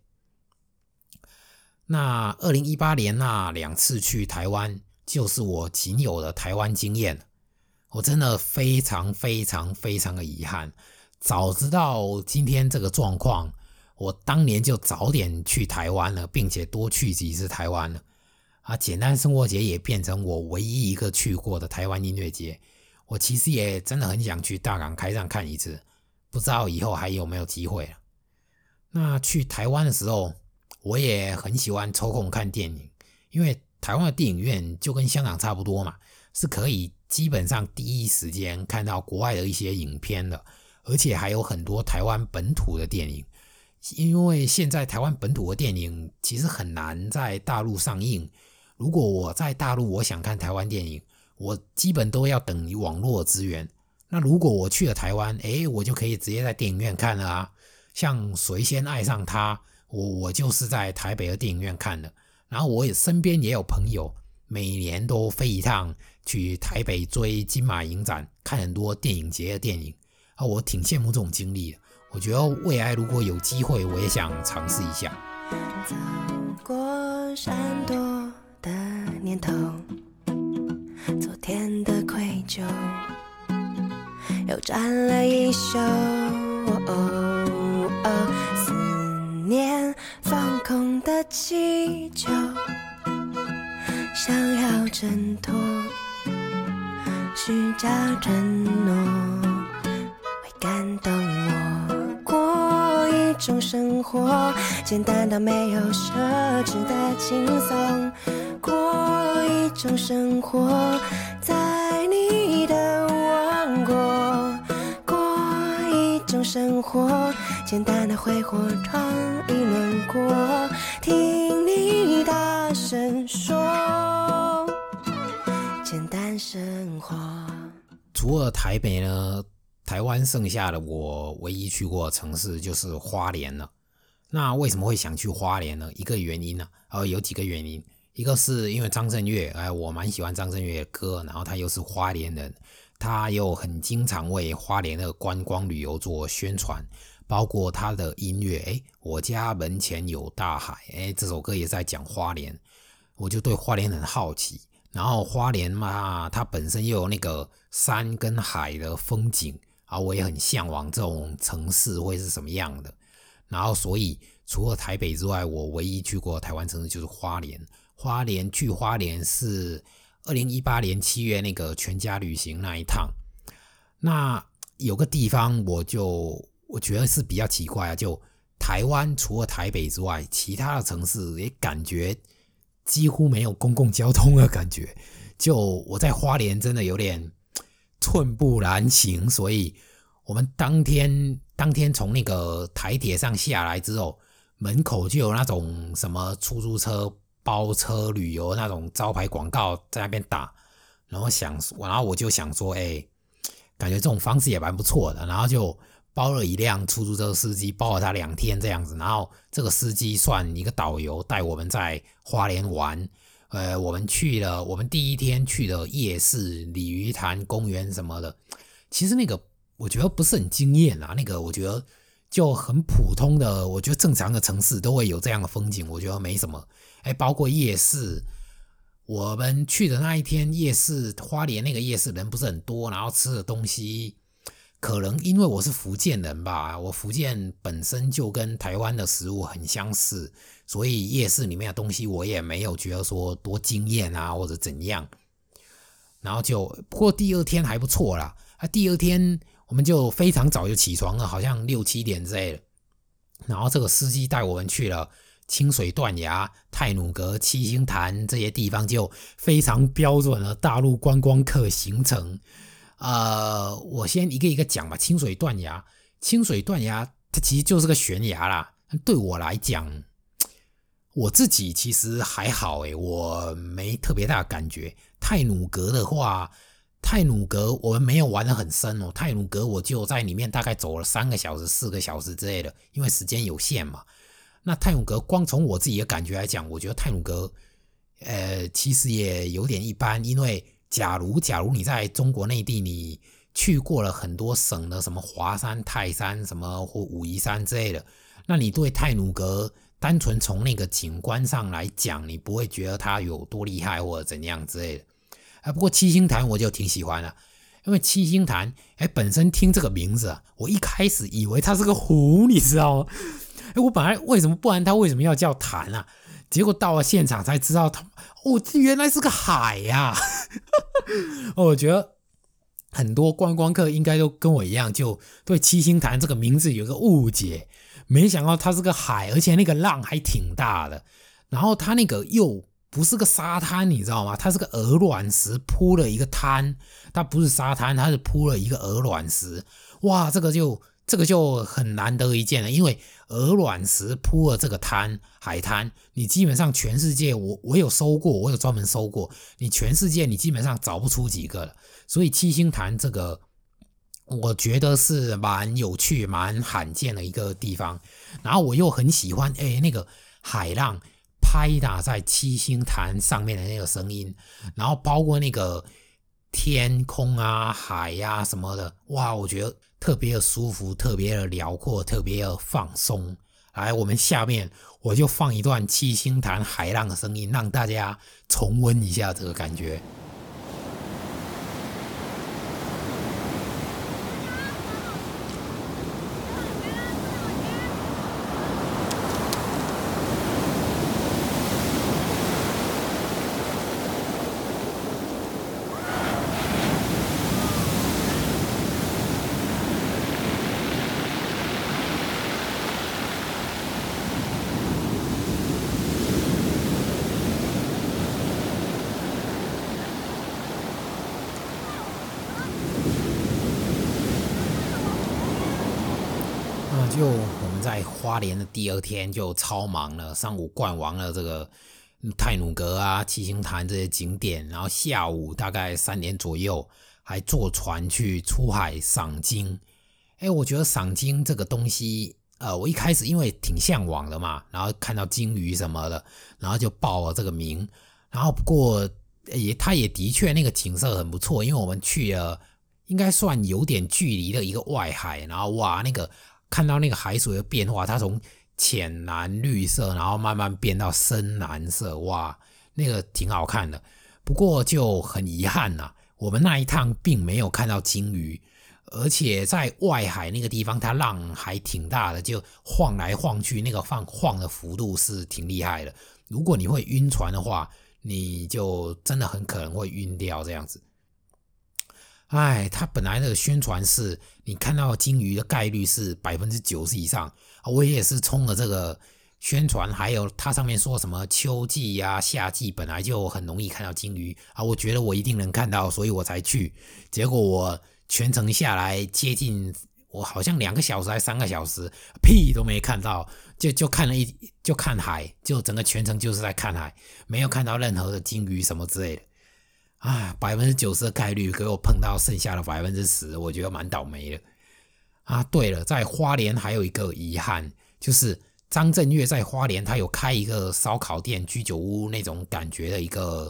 那2018年那2次去台湾，就是我仅有的台湾经验。我真的非常非常非常的遗憾，早知道今天这个状况， 我当年就早点去台湾了，并且多去几次台湾了简单生活节也变成我唯一一个去过的台湾音乐节。我其实也真的很想去大港开唱看一次，不知道以后还有没有机会了。那去台湾的时候，我也很喜欢抽空看电影，因为台湾的电影院就跟香港差不多嘛，是可以基本上第一时间看到国外的一些影片的，而且还有很多台湾本土的电影。因为现在台湾本土的电影其实很难在大陆上映，如果我在大陆我想看台湾电影，我基本都要等网络资源。那如果我去了台湾，我就可以直接在电影院看了啊。像谁先爱上他，我就是在台北的电影院看的。然后我也身边也有朋友每年都飞一趟去台北追金马影展，看很多电影节的电影我挺羡慕这种经历的。我觉得未来如果有机会，我也想尝试一下。 走过闪躲的年头，昨天的愧疚又沾了一宿思念放空的气球，想要挣脱虚假承诺，会感动我。过一种生活，简单到没有奢侈的轻松，过一种生活，在你的王国，过一种生活，简单的挥霍创意轮廓，听你大声说，简单生活。 除了台北呢，台湾剩下的我唯一去过的城市就是花莲了。那为什么会想去花莲呢？一个原因呢，有几个原因。一个是因为张震岳，我蛮喜欢张震岳的歌，然后他又是花莲人，他又很经常为花莲的观光旅游做宣传，包括他的音乐，我家门前有大海，这首歌也在讲花莲，我就对花莲很好奇。然后花莲嘛，它本身又有那个山跟海的风景我也很向往这种城市会是什么样的。然后所以除了台北之外，我唯一去过台湾城市就是花莲。去花莲是2018年7月那个全家旅行那一趟。那有个地方我觉得是比较奇怪就台湾除了台北之外，其他的城市也感觉几乎没有公共交通的感觉。就我在花莲真的有点寸步难行，所以我们当天从那个台铁上下来之后，门口就有那种什么出租车包车旅游那种招牌广告在那边打，然后我就想说感觉这种方式也蛮不错的，然后就包了一辆出租车司机，包了他2天这样子，然后这个司机算一个导游，带我们在花莲玩。我们第一天去了夜市、鲤鱼潭公园什么的，其实那个我觉得不是很惊艳那个我觉得就很普通的，我觉得正常的城市都会有这样的风景，我觉得没什么。包括夜市，我们去的那一天夜市，花莲那个夜市人不是很多，然后吃的东西可能因为我是福建人吧，我福建本身就跟台湾的食物很相似，所以夜市里面的东西我也没有觉得说多惊艳或者怎样。然后不过第二天还不错啦，第二天我们就非常早就起床了，好像6、7点之类的。然后这个司机带我们去了清水断崖、太鲁阁、七星潭这些地方，就非常标准的大陆观光客行程。我先一个一个讲吧。清水断崖它其实就是个悬崖啦，对我来讲我自己其实还好我没特别大的感觉。太鲁阁的话，太鲁阁我们没有玩得很深太鲁阁我就在里面大概走了3个小时、4个小时之类的，因为时间有限嘛。那太鲁阁光从我自己的感觉来讲，我觉得太鲁阁其实也有点一般，因为假如你在中国内地你去过了很多省的什么华山、泰山什么或武夷山之类的，那你对太鲁阁单纯从那个景观上来讲，你不会觉得它有多厉害或者怎样之类的。不过七星潭我就挺喜欢了，因为七星潭本身听这个名字我一开始以为它是个湖，你知道吗？ 我本来不然他为什么要叫潭啊？结果到了现场才知道这原来是个海呀、我觉得很多观光客应该都跟我一样，就对七星潭这个名字有个误解，没想到它是个海，而且那个浪还挺大的，然后它那个又不是个沙滩，你知道吗？它是个鹅卵石铺了一个滩，它不是沙滩，它是铺了一个鹅卵石。哇，这个就很难得一见了，因为鹅卵石铺了这个海滩，你基本上全世界我有搜过，我有专门搜过，你全世界你基本上找不出几个了。所以七星潭这个我觉得是蛮有趣蛮罕见的一个地方，然后我又很喜欢那个海浪拍打在七星潭上面的那个声音，然后包括那个天空啊海啊什么的，哇，我觉得特别的舒服，特别的辽阔，特别的放松。来，我们下面我就放一段七星潭海浪的声音，让大家重温一下这个感觉。就我们在花莲的第二天就超忙了，上午逛完了这个太鲁阁啊、七星潭这些景点，然后下午大概3点左右还坐船去出海赏鲸。我觉得赏鲸这个东西，我一开始因为挺向往的嘛，然后看到鲸鱼什么的，然后就报了这个名。然后不过它也的确那个景色很不错，因为我们去了应该算有点距离的一个外海，然后哇，那个看到那个海水的变化，它从浅蓝绿色然后慢慢变到深蓝色，哇，那个挺好看的。不过就很遗憾啊，我们那一趟并没有看到鲸鱼，而且在外海那个地方它浪还挺大的，就晃来晃去，那个晃的幅度是挺厉害的。如果你会晕船的话，你就真的很可能会晕掉这样子。它本来的宣传是你看到鲸鱼的概率是 90% 以上，我也是冲了这个宣传，还有它上面说什么秋季啊夏季本来就很容易看到鲸鱼我觉得我一定能看到，所以我才去。结果我全程下来接近我好像2个小时还3个小时，屁都没看到，就看海，就整个全程就是在看海，没有看到任何的鲸鱼什么之类的。90% 的概率给我碰到剩下的 10%， 我觉得蛮倒霉的。对了，在花莲还有一个遗憾，就是张震岳在花莲他有开一个烧烤店、居酒屋那种感觉的一个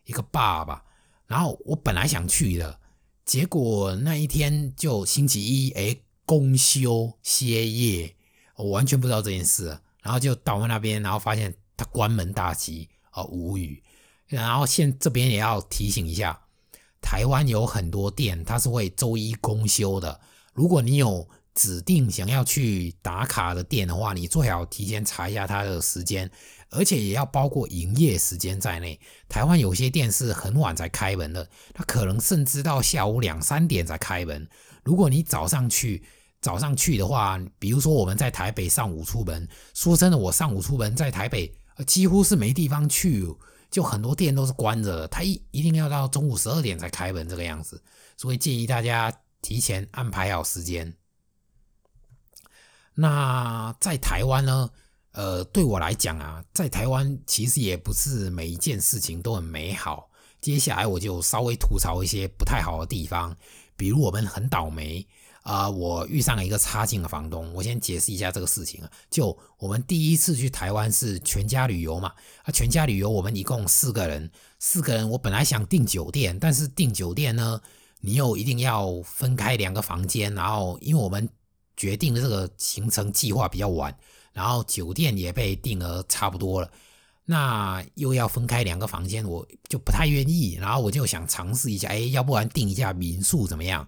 bar 吧，然后我本来想去的，结果那一天就星期一公休歇业，我完全不知道这件事，然后就到那边，然后发现他关门大吉，无语。然后这边也要提醒一下，台湾有很多店它是会周一公休的，如果你有指定想要去打卡的店的话，你最好提前查一下它的时间，而且也要包括营业时间在内。台湾有些店是很晚才开门的，它可能甚至到下午2、3点才开门。如果你早上去的话，比如说我们在台北上午出门，说真的，我上午出门在台北几乎是没地方去，就很多店都是关着的，它一定要到中午12点才开门这个样子，所以建议大家提前安排好时间。那在台湾呢，对我来讲在台湾其实也不是每一件事情都很美好。接下来我就稍微吐槽一些不太好的地方，比如我们很倒霉我遇上了一个差劲的房东。我先解释一下这个事情就我们第一次去台湾是全家旅游嘛，全家旅游我们一共4个人，我本来想订酒店，但是订酒店呢，你又一定要分开2个房间，然后因为我们决定的这个行程计划比较晚，然后酒店也被订了差不多了，那又要分开2个房间，我就不太愿意，然后我就想尝试一下要不然订一下民宿怎么样。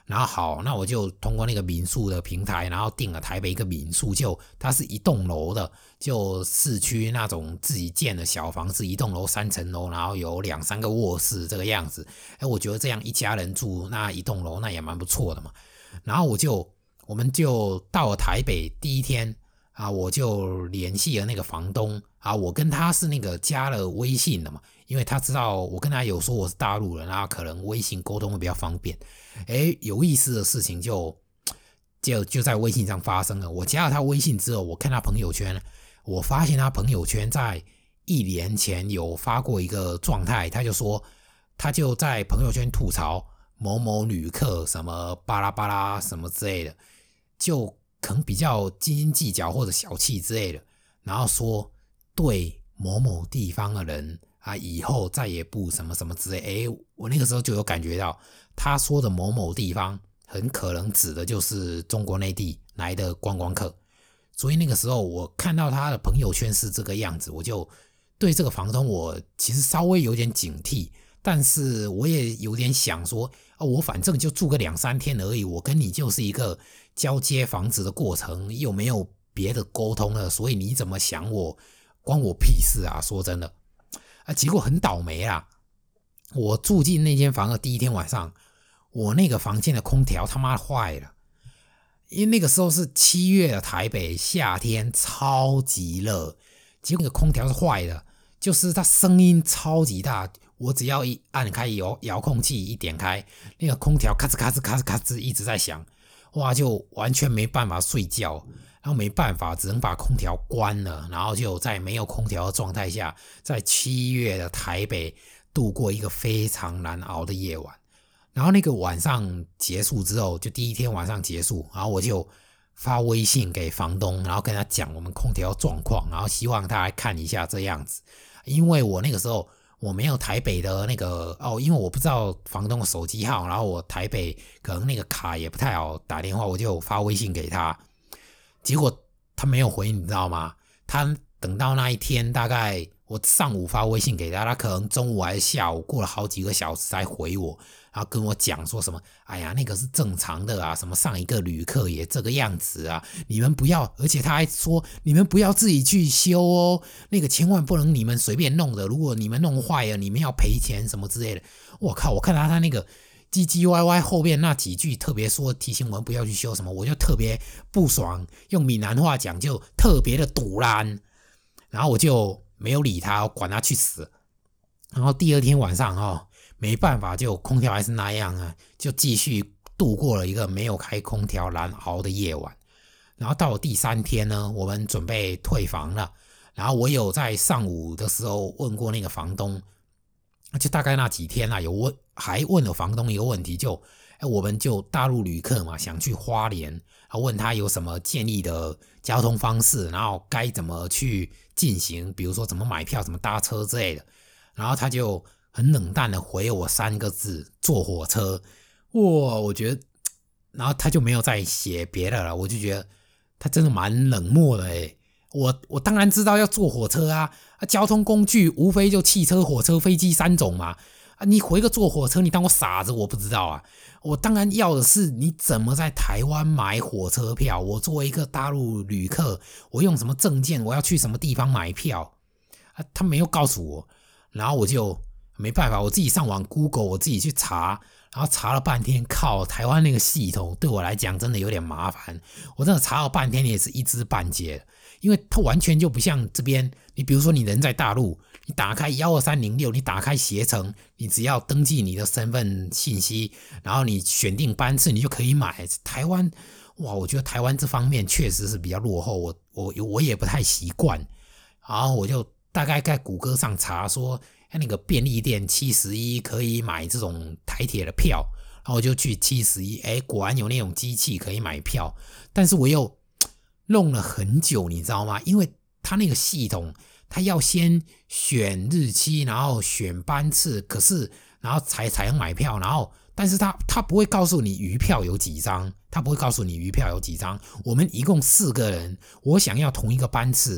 然后好，那我就通过那个民宿的平台，然后订了台北一个民宿，就它是一栋楼的，就市区那种自己建的小房子，一栋楼3层楼，然后有2、3个卧室这个样子。我觉得这样一家人住那一栋楼那也蛮不错的嘛。然后我们就到了台北第一天啊，我就联系了那个房东啊，我跟他是那个加了微信的嘛，因为他知道我跟他有说我是大陆人，然后可能微信沟通会比较方便。有意思的事情就在微信上发生了。我加了他微信之后，我看他朋友圈，我发现他朋友圈在1年前有发过一个状态，他就说他就在朋友圈吐槽某某旅客什么巴拉巴拉什么之类的，就可能比较斤斤计较或者小气之类的，然后说对某某地方的人啊，以后再也不什么什么之类。我那个时候就有感觉到他说的某某地方很可能指的就是中国内地来的观光客。所以那个时候我看到他的朋友圈是这个样子，我就对这个房东我其实稍微有点警惕，但是我也有点想说我反正就住个2、3天而已，我跟你就是一个交接房子的过程，又没有别的沟通了，所以你怎么想我关我屁事啊，说真的结果很倒霉啦。我住进那间房的第一天晚上，我那个房间的空调他妈坏了。因为那个时候是7月的台北，夏天超级热，结果那个空调是坏的，就是它声音超级大，我只要一按开遥控器一点开，那个空调咔吱咔吱咔吱咔吱一直在响，哇，就完全没办法睡觉，然后没办法只能把空调关了，然后就在没有空调的状态下，在7月的台北度过一个非常难熬的夜晚。然后那个晚上结束之后，就第一天晚上结束，然后我就发微信给房东，然后跟他讲我们空调状况，然后希望他来看一下这样子。因为我那个时候我没有台北的那个因为我不知道房东的手机号，然后我台北可能那个卡也不太好打电话，我就发微信给他，结果他没有回，你知道吗？他等到那一天大概我上午发微信给他，他可能中午还是下午过了好几个小时才回我，然后跟我讲说什么哎呀那个是正常的啊，什么上一个旅客也这个样子啊，你们不要，而且他还说你们不要自己去修哦，那个千万不能你们随便弄的，如果你们弄坏了你们要赔钱什么之类的。我靠，我看到他那个唧唧歪歪后面那几句特别说提醒我们不要去修什么，我就特别不爽，用闽南话讲就特别的堵烂，然后我就没有理他，管他去死。然后第二天晚上没办法，就空调还是那样啊，就继续度过了一个没有开空调难熬的夜晚。然后到了第3天呢，我们准备退房了，然后我有在上午的时候问过那个房东，就大概那几天啊，还问了房东一个问题，就我们就大陆旅客嘛，想去花莲，然后问他有什么建议的交通方式，然后该怎么去进行，比如说怎么买票怎么搭车之类的。然后他就很冷淡的回我3个字，坐火车。我觉得然后他就没有再写别的了，我就觉得他真的蛮冷漠的我当然知道要坐火车啊，交通工具无非就汽车、火车、飞机3种嘛。你回个坐火车，你当我傻子我不知道啊？我当然要的是你怎么在台湾买火车票，我作为一个大陆旅客，我用什么证件，我要去什么地方买票他没有告诉我。然后我就没办法，我自己上网 Google， 我自己去查，然后查了半天，靠，台湾那个系统对我来讲真的有点麻烦，我真的查了半天也是一知半解的，因为它完全就不像这边，你比如说你人在大陆，你打开12306，你打开携程，你只要登记你的身份信息，然后你选定班次，你就可以买。台湾哇，我觉得台湾这方面确实是比较落后，我也不太习惯。然后我就大概在谷歌上查说那个便利店71可以买这种台铁的票，然后我就去71，果然有那种机器可以买票，但是我又弄了很久，你知道吗？因为他那个系统他要先选日期，然后选班次，可是然后才能买票，然后但是他不会告诉你余票有几张，他不会告诉你余票有几张。我们一共4个人，我想要同一个班次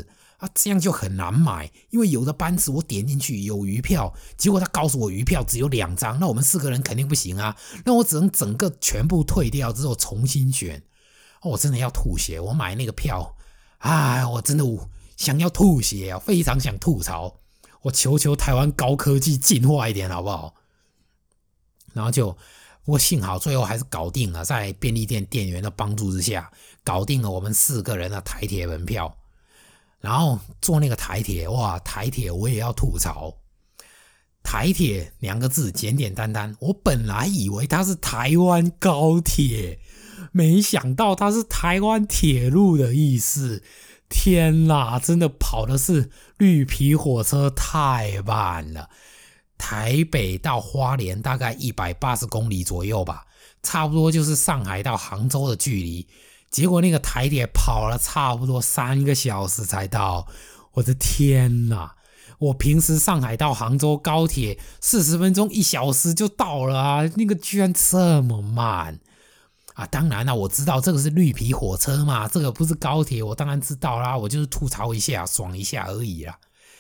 啊，这样就很难买，因为有的班次我点进去有余票，结果他告诉我余票只有2张，那我们4个人肯定不行啊，那我只能整个全部退掉之后重新选。我真的要吐血，我买那个票，我真的想要吐血啊，非常想吐槽。我求台湾高科技进化一点好不好？然后不过幸好最后还是搞定了，在便利店店员的帮助之下，搞定了我们4个人的台铁门票。然后坐那个台铁，哇，台铁我也要吐槽。台铁2个字简简单单，我本来以为它是台湾高铁，没想到它是台湾铁路的意思。天哪，真的跑的是绿皮火车，太慢了。台北到花莲大概180公里左右吧，差不多就是上海到杭州的距离。结果那个台铁跑了差不多3个小时才到，我的天哪！我平时上海到杭州高铁40分钟1小时就到了啊，那个居然这么慢啊！当然啦，我知道这个是绿皮火车嘛，这个不是高铁，我当然知道啦，我就是吐槽一下，爽一下而已啦。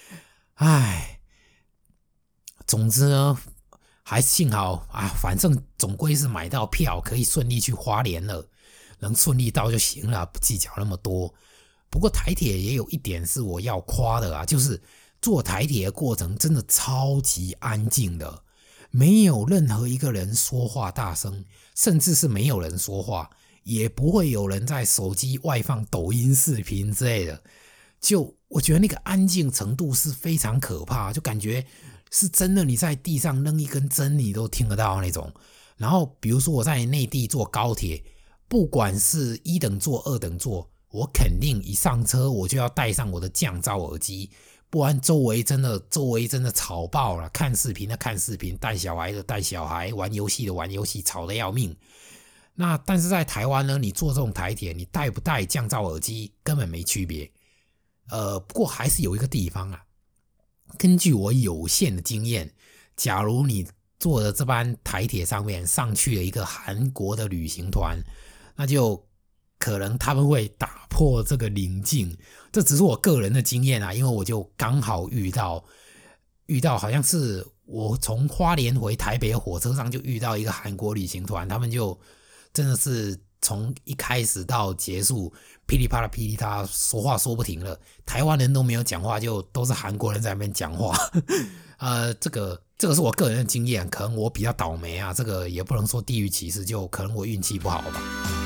总之呢，还幸好啊，反正总归是买到票，可以顺利去花莲了。能顺利到就行了，不计较那么多。不过台铁也有一点是我要夸的啊，就是坐台铁的过程真的超级安静的，没有任何一个人说话大声，甚至是没有人说话，也不会有人在手机外放抖音视频之类的。就我觉得那个安静程度是非常可怕，就感觉是真的你在地上扔一根针你都听得到那种。然后比如说我在内地坐高铁，不管是1等座2等座，我肯定一上车我就要戴上我的降噪耳机，不然周围真的吵爆了，看视频的看视频，带小孩的带小孩，玩游戏的玩游戏，吵得要命。那但是在台湾呢，你坐这种台铁，你戴不戴降噪耳机根本没区别。不过还是有一个地方啊，根据我有限的经验，假如你坐的这班台铁上面上去了一个韩国的旅行团，那就可能他们会打破这个宁静。这只是我个人的经验啊，因为我就刚好遇到好像是我从花莲回台北的火车上就遇到一个韩国旅行团，他们就真的是从一开始到结束噼里啪啦噼里啪啦说话说不停了，台湾人都没有讲话，就都是韩国人在那边讲话。这个是我个人的经验，可能我比较倒霉啊，这个也不能说地域歧视，就可能我运气不好吧。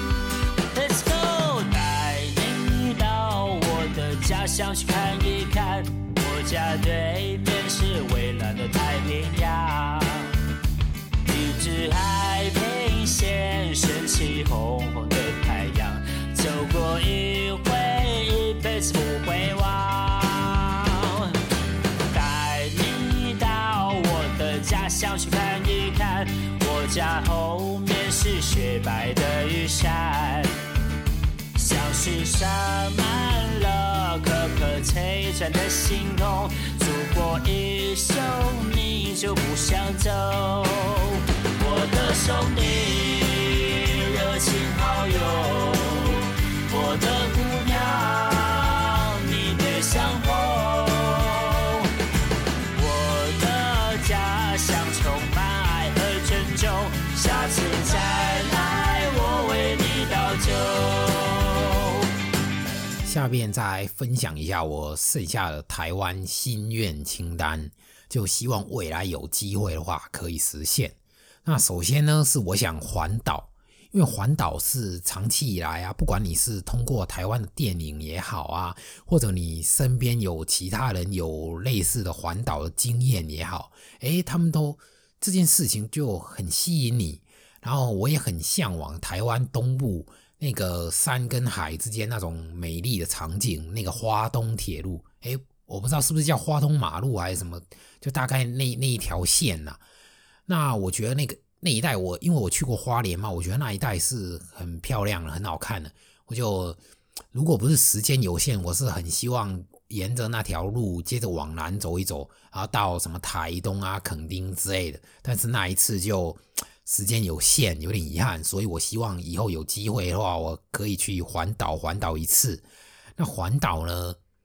Let's go， 带你到我的家乡去看一看，我家对面是蔚蓝的太平洋，一直海平线升起红红的太阳，走过一回，一辈子不会忘。带你到我的家乡去看一看，我家后面是雪白的玉山，像是洒满了颗颗璀璨的星空，走过一宿你就不想走。我的兄弟，热情好友，我的姑娘，你别想红。我的家乡充满爱和珍重，下次再来我为你倒酒。 下面再分享一下我剩下的台湾心愿清单，就希望未来有机会的话可以实现。那首先呢，是我想环岛，因为环岛是长期以来啊，不管你是通过台湾的电影也好啊，或者你身边有其他人有类似的环岛的经验也好，他们都这件事情就很吸引你。然后我也很向往台湾东部那个山跟海之间那种美丽的场景，那个花东铁路，我不知道是不是叫花东马路还是什么，就大概那一条线啊。那我觉得那一带因为我去过花莲嘛，我觉得那一带是很漂亮的，很好看的。我就如果不是时间有限，我是很希望沿着那条路接着往南走一走，然后到什么台东啊、垦丁之类的。但是那一次就时间有限，有点遗憾，所以我希望以后有机会的话，我可以去环岛一次。那环岛呢，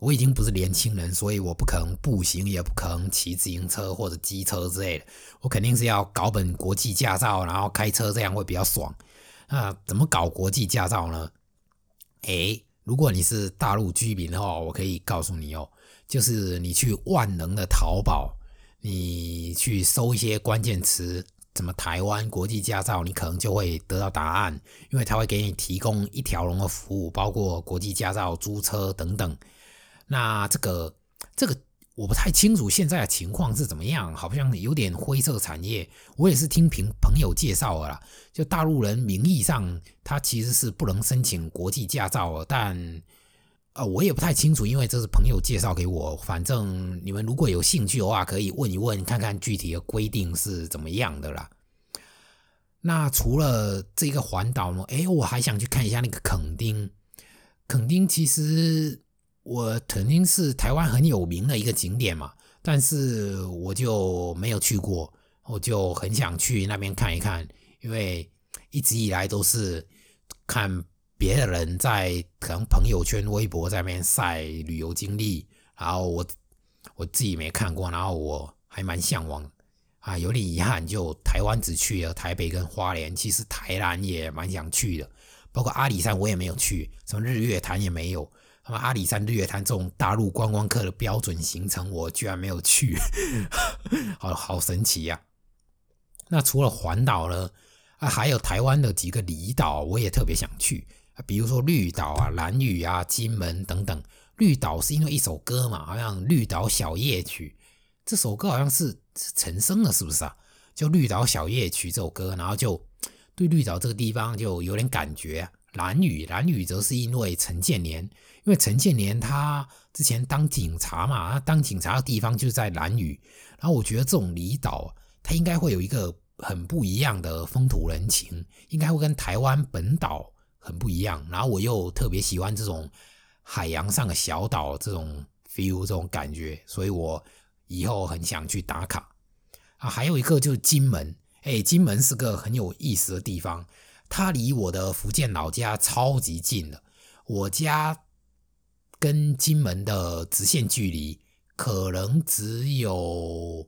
我已经不是年轻人，所以我不可能步行，也不可能骑自行车或者机车之类的，我肯定是要搞本国际驾照，然后开车，这样会比较爽。那怎么搞国际驾照呢？如果你是大陆居民的话，我可以告诉你就是你去万能的淘宝，你去搜一些关键词，怎么台湾国际驾照，你可能就会得到答案，因为它会给你提供一条龙的服务，包括国际驾照、租车等等。那这个我不太清楚现在的情况是怎么样，好像有点灰色产业。我也是听朋友介绍的啦，就大陆人名义上他其实是不能申请国际驾照的，但我也不太清楚，因为这是朋友介绍给我。反正你们如果有兴趣的话，可以问一问，看看具体的规定是怎么样的啦。那除了这个环岛呢，我还想去看一下那个垦丁。垦丁其实垦丁是台湾很有名的一个景点嘛，但是我就没有去过，我就很想去那边看一看，因为一直以来都是看别的人在可能朋友圈、微博在那边晒旅游经历，然后我自己没看过，然后我还蛮向往有点遗憾，就台湾只去了台北跟花莲，其实台南也蛮想去的，包括阿里山我也没有去，什么日月潭也没有。他们阿里山、日月潭这种大陆观光客的标准行程，我居然没有去，好神奇呀！那除了环岛呢，还有台湾的几个离岛，我也特别想去，比如说绿岛兰屿金门等等。绿岛是因为一首歌嘛，好像《绿岛小夜曲》，这首歌好像是陈升的，是不是啊？就《绿岛小夜曲》这首歌，然后就对绿岛这个地方就有点感觉。兰屿则是因为陈建年，因为陈建年他之前当警察嘛，他当警察的地方就是在兰屿，然后我觉得这种离岛它应该会有一个很不一样的风土人情，应该会跟台湾本岛很不一样，然后我又特别喜欢这种海洋上的小岛这种 feel 这种感觉，所以我以后很想去打卡还有一个就是金门，金门是个很有意思的地方，它离我的福建老家超级近的，我家跟金门的直线距离可能只有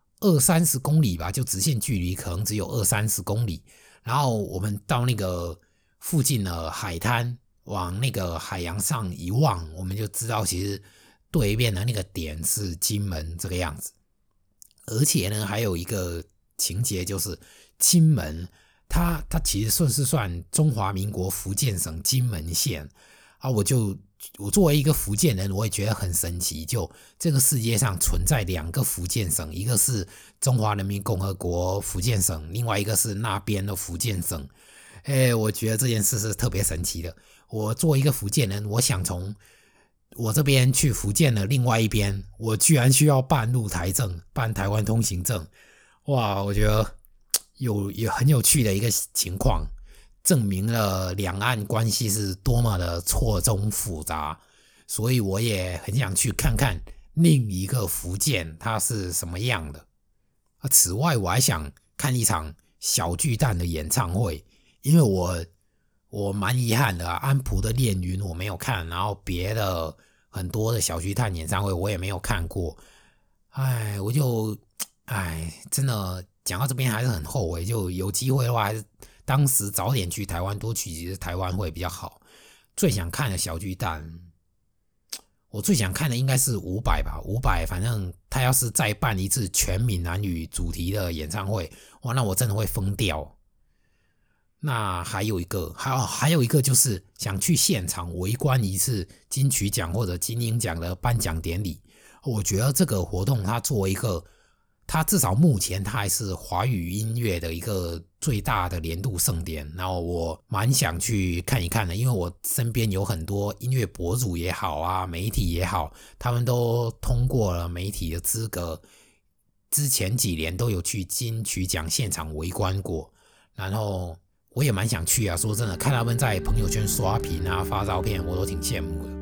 20-30公里吧，就直线距离可能只有20-30公里，然后我们到那个附近的海滩，往那个海洋上一望，我们就知道其实对面的那个点是金门这个样子。而且呢，还有一个情节就是金门它其实算中华民国福建省金门县我作为一个福建人，我也觉得很神奇，就这个世界上存在2个福建省，一个是中华人民共和国福建省，另外一个是那边的福建省。我觉得这件事是特别神奇的。我作为一个福建人，我想从我这边去福建的另外一边，我居然需要办入台证，办台湾通行证。哇，我觉得有很有趣的一个情况，证明了两岸关系是多么的错综复杂，所以我也很想去看看另一个福建它是什么样的。此外我还想看一场小巨蛋的演唱会，因为我蛮遗憾的安普的恋云我没有看，然后别的很多的小巨蛋演唱会我也没有看过。真的讲到这边还是很后悔，就有机会的话还是当时早点去台湾，多去几次台湾会比较好。最想看的小巨蛋，我最想看的应该是伍佰吧。伍佰反正他要是再办一次全闽南语主题的演唱会，哇，那我真的会疯掉。那还有一个就是想去现场围观一次金曲奖或者金鹰奖的颁奖典礼。我觉得这个活动它作为一个，它至少目前它还是华语音乐的一个最大的年度盛典，然后我蛮想去看一看的，因为我身边有很多音乐博主也好媒体也好，他们都通过了媒体的资格，之前几年都有去金曲奖现场围观过，然后我也蛮想去说真的，看他们在朋友圈刷屏发照片，我都挺羡慕的。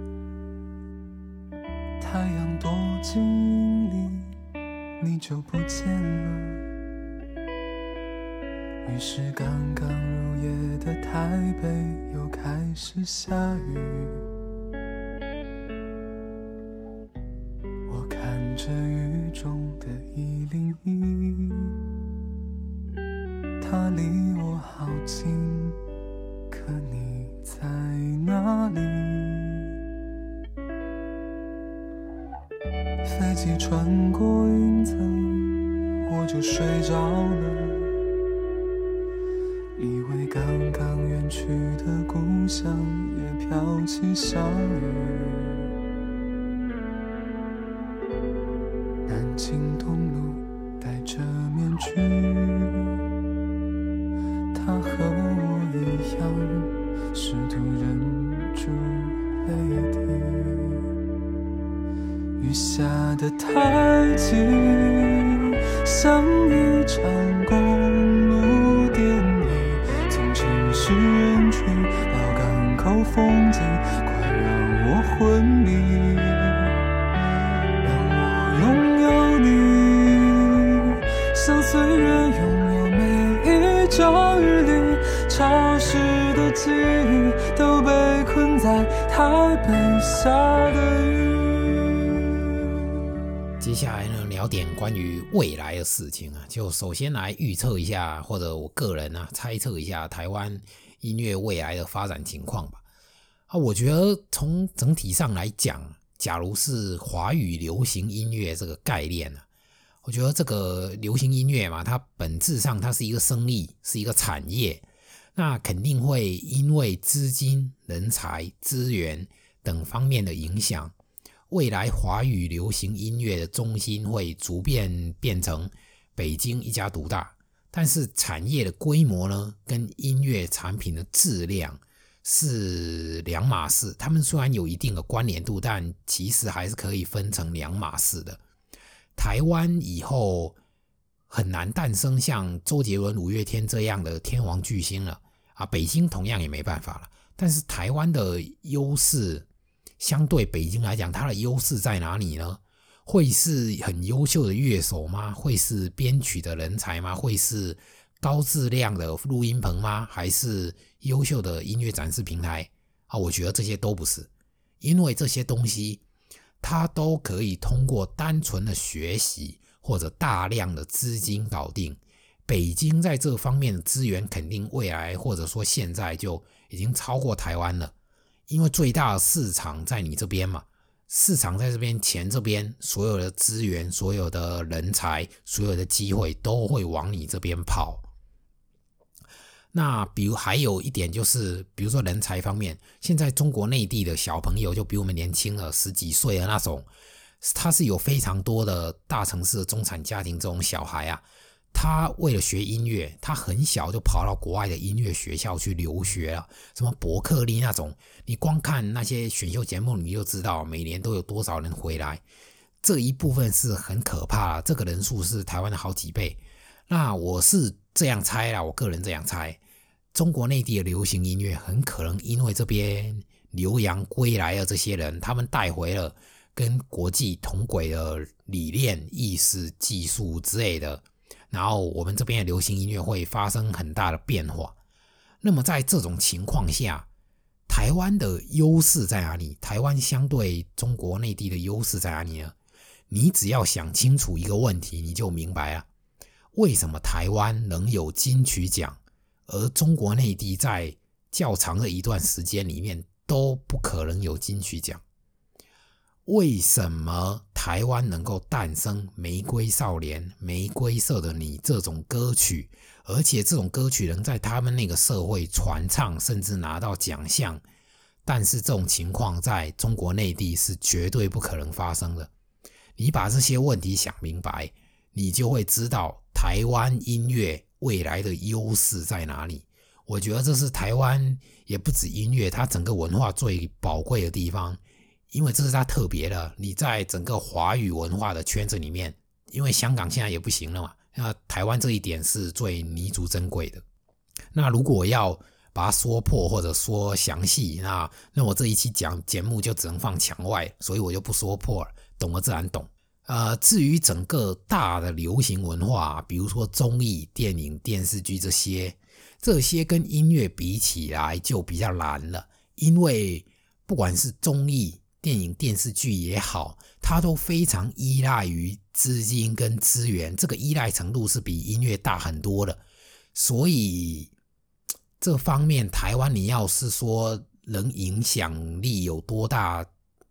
太阳多近你，你就不见了。于是刚刚入夜的台北又开始下雨。 息穿过云层，我就睡着了。以为刚刚远去的故乡也飘起小雨。南京东路戴着面具，他和我一样试图忍住泪滴。雨下得太急，像一场公路电影，从城市人群到港口风景，快让我昏迷，让我拥有你，像岁月拥有每一朝日里潮湿的记忆，都被困在台北下的雨。 接下来呢，聊点关于未来的事情啊，就首先来预测一下，或者我个人啊猜测一下台湾音乐未来的发展情况吧。我觉得从整体上来讲，假如是华语流行音乐这个概念啊，我觉得这个流行音乐嘛，它本质上它是一个生意，是一个产业，那肯定会因为资金、人才、资源等方面的影响，未来华语流行音乐的中心会逐渐变成北京一家独大，但是产业的规模呢，跟音乐产品的质量是两码事。他们虽然有一定的关联度，但其实还是可以分成两码事的。台湾以后很难诞生像周杰伦、五月天这样的天王巨星了啊，北京同样也没办法了。但是台湾的优势相对北京来讲，它的优势在哪里呢？会是很优秀的乐手吗？会是编曲的人才吗？会是高质量的录音棚吗？还是优秀的音乐展示平台？我觉得这些都不是，因为这些东西它都可以通过单纯的学习或者大量的资金搞定。北京在这方面的资源肯定未来或者说现在就已经超过台湾了，因为最大的市场在你这边嘛，市场在这边，钱这边，所有的资源、所有的人才、所有的机会都会往你这边跑。那比如还有一点就是，比如说人才方面，现在中国内地的小朋友就比我们年轻了10几岁的那种，他是有非常多的大城市的中产家庭这种小孩啊，他为了学音乐，他很小就跑到国外的音乐学校去留学了，什么伯克利那种，你光看那些选秀节目你就知道每年都有多少人回来，这一部分是很可怕的，这个人数是台湾的好几倍。那我是这样猜啦，我个人这样猜，中国内地的流行音乐很可能因为这边留洋归来的这些人，他们带回了跟国际同轨的理念、意识、技术之类的，然后我们这边的流行音乐会发生很大的变化。那么在这种情况下，台湾的优势在哪里？台湾相对中国内地的优势在哪里呢？你只要想清楚一个问题，你就明白了，为什么台湾能有金曲奖，而中国内地在较长的一段时间里面都不可能有金曲奖。为什么台湾能够诞生玫瑰少年、玫瑰色的你这种歌曲，而且这种歌曲能在他们那个社会传唱，甚至拿到奖项，但是这种情况在中国内地是绝对不可能发生的。你把这些问题想明白，你就会知道台湾音乐未来的优势在哪里。我觉得这是台湾也不止音乐，它整个文化最宝贵的地方，因为这是它特别的。你在整个华语文化的圈子里面，因为香港现在也不行了嘛，那台湾这一点是最弥足珍贵的。那如果要把它说破或者说详细，那我这一期讲节目就只能放墙外，所以我就不说破了，懂了自然懂。至于整个大的流行文化，比如说综艺、电影、电视剧这些跟音乐比起来就比较难了，因为不管是综艺、电影、电视剧也好，它都非常依赖于资金跟资源，这个依赖程度是比音乐大很多的。所以这方面台湾你要是说能影响力有多大，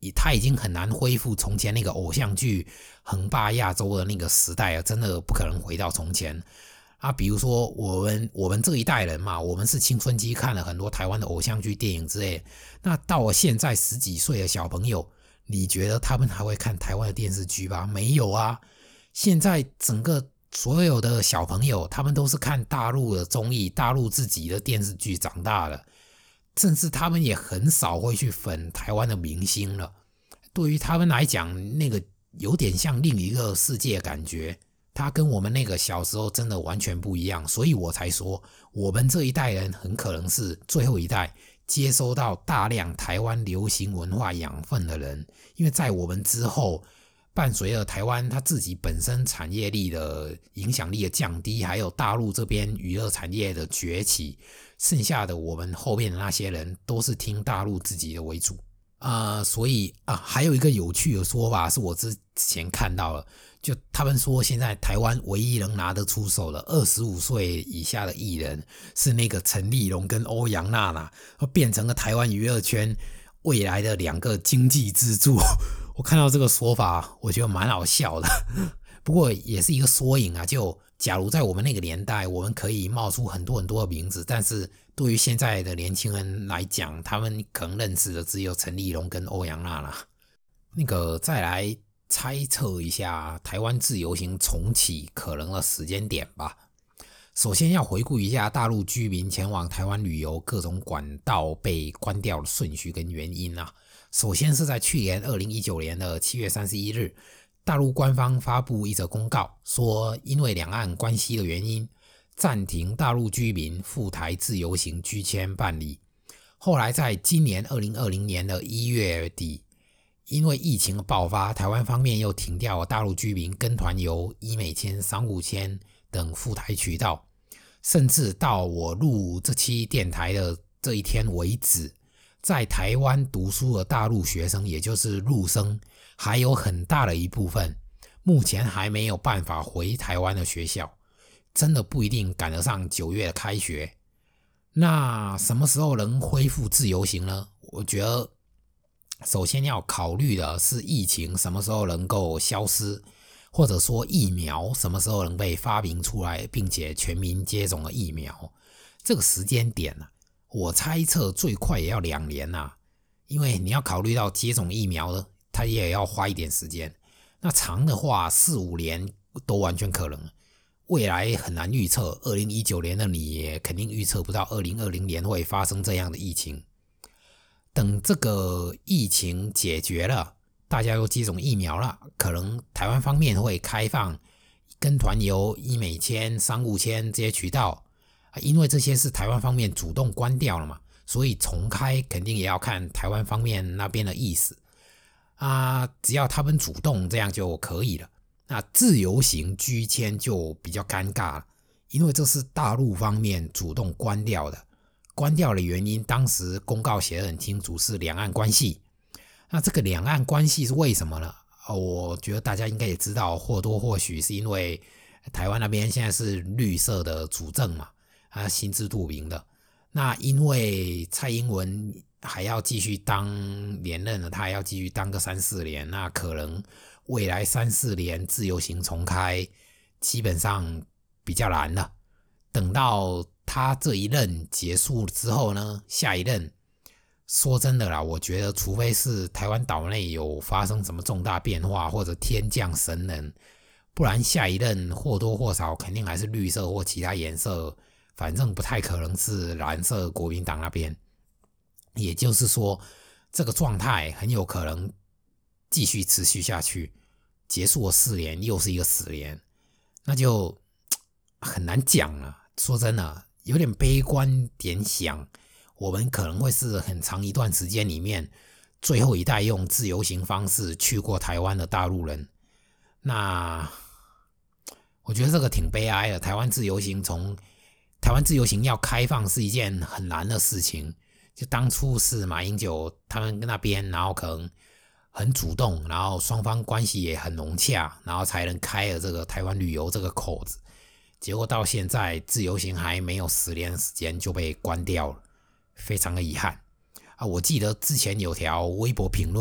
他已经很难恢复从前那个偶像剧横霸亚洲的那个时代了，真的不可能回到从前啊。比如说我们这一代人嘛，我们是青春期看了很多台湾的偶像剧电影之类的，那到了现在10几岁的小朋友，你觉得他们还会看台湾的电视剧吧？没有啊。现在整个所有的小朋友，他们都是看大陆的综艺、大陆自己的电视剧长大的，甚至他们也很少会去粉台湾的明星了。对于他们来讲，那个有点像另一个世界感觉，他跟我们那个小时候真的完全不一样。所以我才说，我们这一代人很可能是最后一代接收到大量台湾流行文化养分的人，因为在我们之后，伴随着台湾它自己本身产业力的影响力的降低，还有大陆这边娱乐产业的崛起，剩下的我们后面的那些人都是听大陆自己的为主所以还有一个有趣的说法是我之前看到了，就他们说现在台湾唯一能拿得出手的25岁以下的艺人是那个陈立荣跟欧阳娜娜，变成了台湾娱乐圈未来的2个经济支柱。我看到这个说法，我觉得蛮好笑的，不过也是一个缩影啊。就假如在我们那个年代，我们可以冒出很多的名字，但是对于现在的年轻人来讲，他们可能认识的只有陈立荣跟欧阳娜娜。再来猜测一下台湾自由行重启可能的时间点吧。首先要回顾一下大陆居民前往台湾旅游各种管道被关掉的顺序跟原因啊。首先是在去年2019年的7月31日，大陆官方发布一则公告，说因为两岸关系的原因，暂停大陆居民赴台自由行居签办理。后来在今年2020年的1月底，因为疫情的爆发，台湾方面又停掉了大陆居民跟团游、医美签、商务签等赴台渠道，甚至到我录这期电台的这一天为止，在台湾读书的大陆学生，也就是陆生，还有很大的一部分目前还没有办法回台湾的学校，真的不一定赶得上9月的开学。那什么时候能恢复自由行呢？我觉得首先要考虑的是疫情什么时候能够消失，或者说疫苗什么时候能被发明出来，并且全民接种的疫苗。这个时间点我猜测最快也要2年因为你要考虑到接种疫苗的，它也要花一点时间。那长的话4-5年都完全可能。未来很难预测，2019年的你也肯定预测不到2020年会发生这样的疫情。等这个疫情解决了，大家都接种疫苗了，可能台湾方面会开放跟团游、医美签、商务签这些渠道，因为这些是台湾方面主动关掉了嘛，所以重开肯定也要看台湾方面那边的意思只要他们主动这样就可以了。那自由行居签就比较尴尬了，因为这是大陆方面主动关掉的。关掉的原因，当时公告写得很清楚，是两岸关系。那这个两岸关系是为什么呢？我觉得大家应该也知道，或多或许是因为台湾那边现在是绿色的主政嘛，心知肚明的。那因为蔡英文还要继续当连任了，他还要继续当个3-4年，那可能未来3-4年自由行重开基本上比较难了。等到他这一任结束之后呢，下一任说真的啦，我觉得除非是台湾岛内有发生什么重大变化或者天降神人，不然下一任或多或少肯定还是绿色或其他颜色，反正不太可能是蓝色国民党那边。也就是说，这个状态很有可能继续持续下去，结束了4年又是一个10年，那就很难讲了。说真的，有点悲观点想，我们可能会是很长一段时间里面最后一代用自由行方式去过台湾的大陆人。那我觉得这个挺悲哀的。台湾自由行要开放是一件很难的事情，就当初是马英九他们那边，然后可能很主动，然后双方关系也很融洽，然后才能开了这个台湾旅游这个口子。结果到现在自由行还没有10年时间就被关掉了，非常的遗憾我记得之前有条微博评论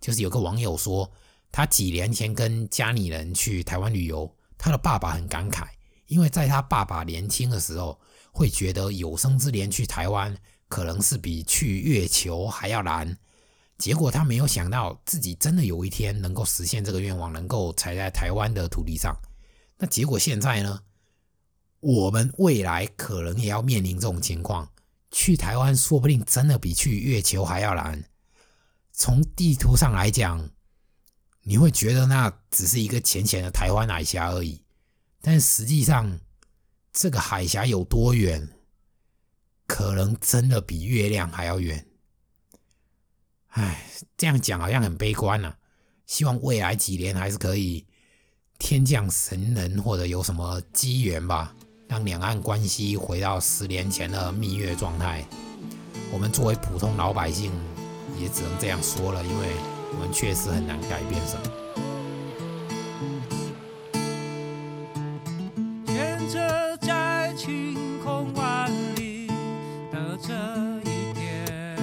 就是有个网友说，他几年前跟家里人去台湾旅游，他的爸爸很感慨，因为在他爸爸年轻的时候，会觉得有生之年去台湾可能是比去月球还要难，结果他没有想到自己真的有一天能够实现这个愿望，能够踩在台湾的土地上。那结果现在呢，我们未来可能也要面临这种情况，去台湾说不定真的比去月球还要难。从地图上来讲，你会觉得那只是一个浅浅的台湾海峡而已，但实际上这个海峡有多远，可能真的比月亮还要远。这样讲好像很悲观啊，希望未来几年还是可以天降神人，或者有什么机缘吧，让两岸关系回到10年前的蜜月状态。我们作为普通老百姓也只能这样说了，因为我们确实很难改变什么。 牵着在晴空万里的这一天，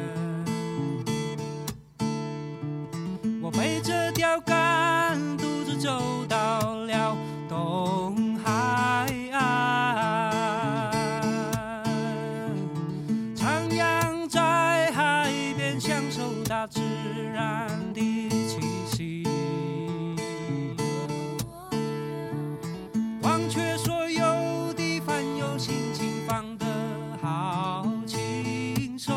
我背着钓竿独自走到了东海岸，徜徉在海边享受大自然的气息，忘却所有的烦忧，心情放得好轻松。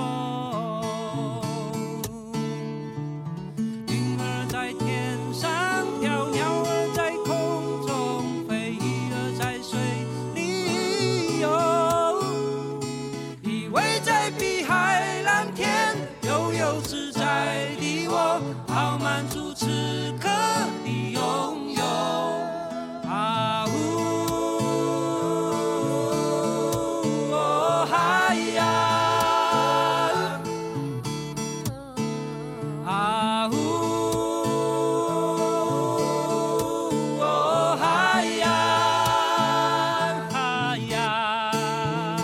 云儿在天上飘，鸟儿在空中飞，鱼儿在水里游，依偎在碧海蓝天，悠悠自在的我，好满足此刻的拥有。啊呜哦海呀，啊呜哦海呀，海呀。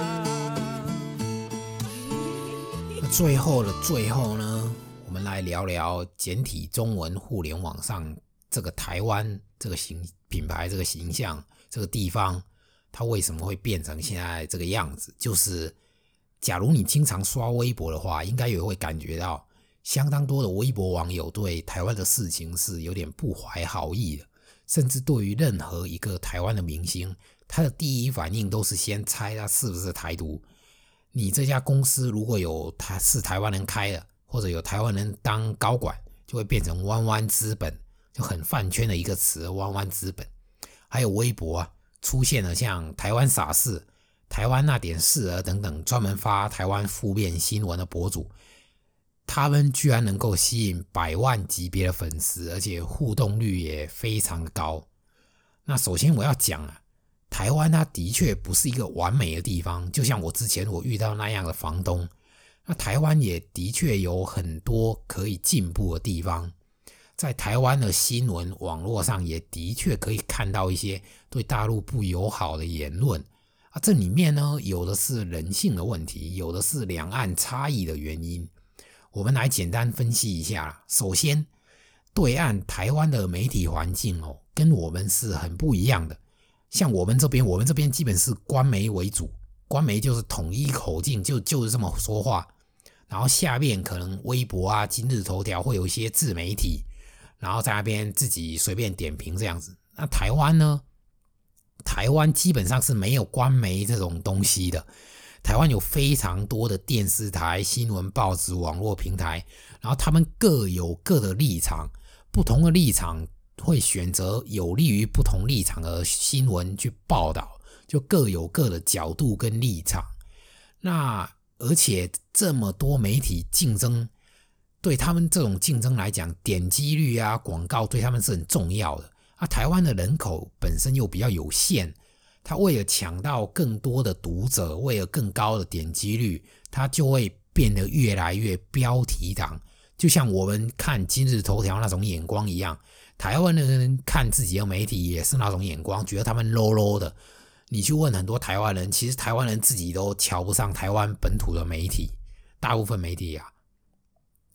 最后的最后呢，我们来聊聊简体中文互联网上这个台湾这个品牌这个形象这个地方，它为什么会变成现在这个样子。就是假如你经常刷微博的话，应该也会感觉到相当多的微博网友对台湾的事情是有点不怀好意的，甚至对于任何一个台湾的明星，他的第一反应都是先猜他是不是台独。你这家公司如果有他是台湾人开的，或者有台湾人当高管，就会变成湾湾资本，就很饭圈的一个词，湾湾资本。还有微博啊，出现了像台湾傻事、台湾那点事儿等等专门发台湾负面新闻的博主，他们居然能够吸引100万级别的粉丝，而且互动率也非常的高。那首先我要讲啊，台湾它的确不是一个完美的地方，就像我之前我遇到那样的房东，那台湾也的确有很多可以进步的地方。在台湾的新闻网络上也的确可以看到一些对大陆不友好的言论啊，这里面呢，有的是人性的问题，有的是两岸差异的原因。我们来简单分析一下。首先，对岸台湾的媒体环境跟我们是很不一样的。像我们这边基本是官媒为主，官媒就是统一口径，就是这么说话。然后下面可能微博啊、今日头条会有一些自媒体，然后在那边自己随便点评这样子。那台湾呢？台湾基本上是没有官媒这种东西的。台湾有非常多的电视台、新闻报纸、网络平台，然后他们各有各的立场，不同的立场会选择有利于不同立场的新闻去报道，就各有各的角度跟立场。那而且这么多媒体竞争，对他们这种竞争来讲，点击率啊、广告对他们是很重要的。台湾的人口本身又比较有限，他为了抢到更多的读者，为了更高的点击率，他就会变得越来越标题党。就像我们看今日头条那种眼光一样，台湾的人看自己的媒体也是那种眼光，觉得他们 low low 的。你去问很多台湾人，其实台湾人自己都瞧不上台湾本土的媒体，大部分媒体啊。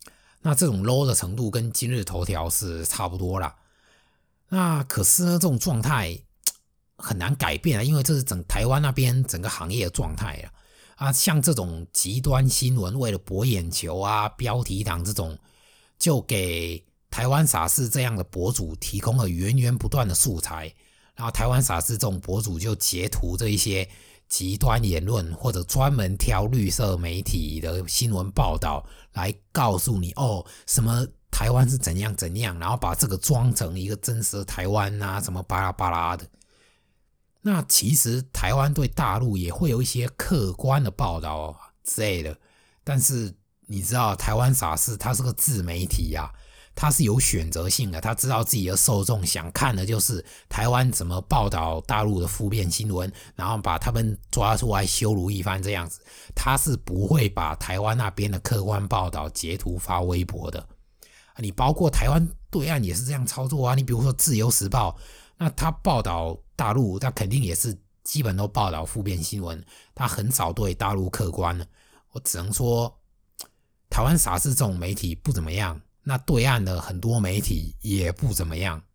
那这种 low 的程度跟今日头条是差不多啦。那可是呢，这种状态很难改变啊，因为这是台湾那边整个行业的状态啊。像这种极端新闻，为了博眼球啊、标题党这种，就给台湾傻事这样的博主提供了源源不断的素材，然后台湾傻事这种博主就截图这一些极端言论，或者专门挑绿色媒体的新闻报道来告诉你什么台湾是怎样怎样，然后把这个装成一个真实的台湾啊，什么巴拉巴拉的。那其实台湾对大陆也会有一些客观的报道之类的，但是你知道台湾傻事它是个自媒体啊，它是有选择性的，它知道自己的受众想看的就是台湾怎么报道大陆的负面新闻，然后把他们抓出来羞辱一番这样子，它是不会把台湾那边的客观报道截图发微博的。你包括台湾对岸也是这样操作啊，你比如说自由时报，那他报道大陆，他肯定也是基本都报道负面新闻，他很少对大陆客观的。我只能说台湾傻事这种媒体不怎么样，那对岸的很多媒体也不怎么样。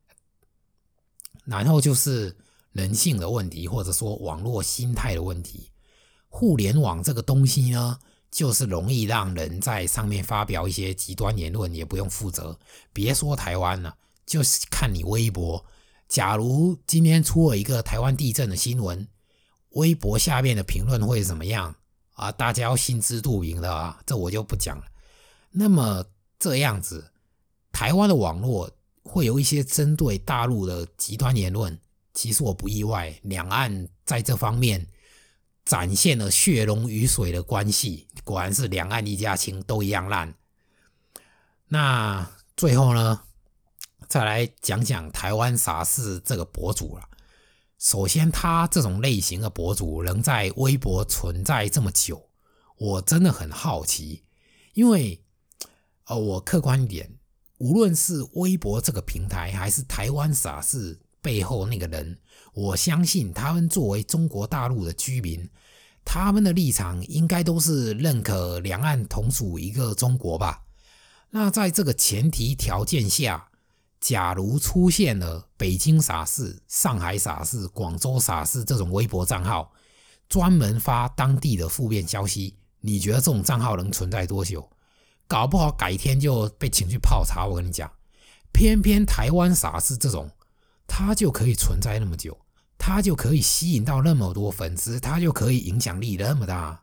然后就是人性的问题，或者说网络心态的问题。互联网这个东西呢，就是容易让人在上面发表一些极端言论，也不用负责。别说台湾了，就是看你微博，假如今天出了一个台湾地震的新闻，微博下面的评论会怎么样啊？大家要心知肚明的啊，这我就不讲了。那么这样子，台湾的网络会有一些针对大陆的极端言论，其实我不意外，两岸在这方面展现了血浓于水的关系，果然是两岸一家亲，都一样烂。那最后呢，再来讲讲台湾傻事这个博主啦。首先他这种类型的博主能在微博存在这么久，我真的很好奇。因为我客观一点，无论是微博这个平台还是台湾傻事背后那个人，我相信他们作为中国大陆的居民，他们的立场应该都是认可两岸同属一个中国吧。那在这个前提条件下，假如出现了北京傻事、上海傻事、广州傻事这种微博账号，专门发当地的负面消息，你觉得这种账号能存在多久？搞不好改天就被请去泡茶，我跟你讲。偏偏台湾傻事这种，它就可以存在那么久，它就可以吸引到那么多粉丝，它就可以影响力那么大。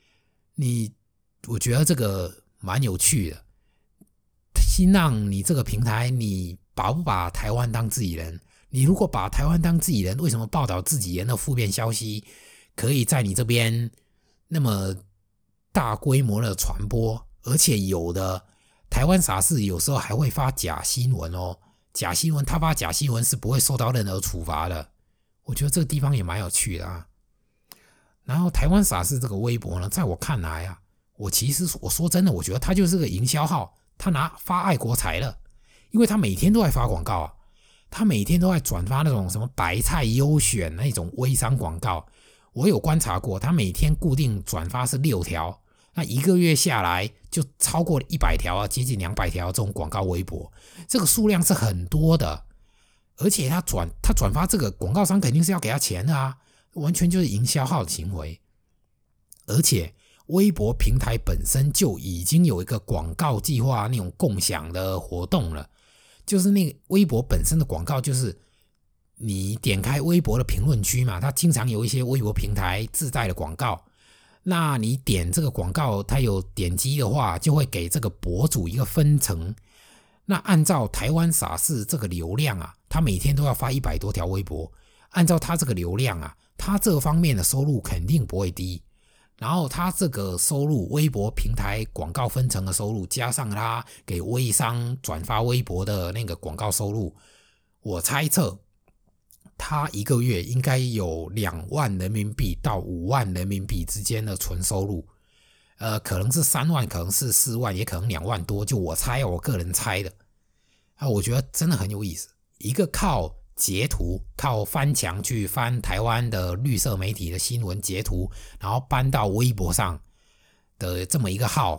我觉得这个蛮有趣的。新浪你这个平台，你把不把台湾当自己人？你如果把台湾当自己人，为什么报道自己人的负面消息可以在你这边那么大规模的传播？而且有的台湾傻事有时候还会发假新闻假新闻，他发假新闻是不会受到任何处罚的。我觉得这个地方也蛮有趣的啊。然后台湾傻事这个微博呢，在我看来啊，我说真的，我觉得他就是个营销号，他发爱国财了，因为他每天都在发广告啊，他每天都在转发那种什么白菜优选那种微商广告。我有观察过，他每天固定转发是6条。那一个月下来就超过100条啊，接近200条这种广告微博，这个数量是很多的。而且他转发这个广告商肯定是要给他钱的啊，完全就是营销号的行为。而且微博平台本身就已经有一个广告计划那种共享的活动了，就是那个微博本身的广告，就是你点开微博的评论区嘛，它经常有一些微博平台自带的广告。那你点这个广告，它有点击的话，就会给这个博主一个分成。那按照台湾傻事这个流量啊，他每天都要发100多条微博，按照他这个流量啊，他这方面的收入肯定不会低。然后他这个收入，微博平台广告分成的收入，加上他给微商转发微博的那个广告收入，我猜测他一个月应该有2万人民币到5万人民币之间的纯收入，可能是3万，可能是4万，也可能2万多，就我猜，我个人猜的。我觉得真的很有意思，一个靠截图，靠翻墙去翻台湾的绿色媒体的新闻截图，然后搬到微博上的这么一个号，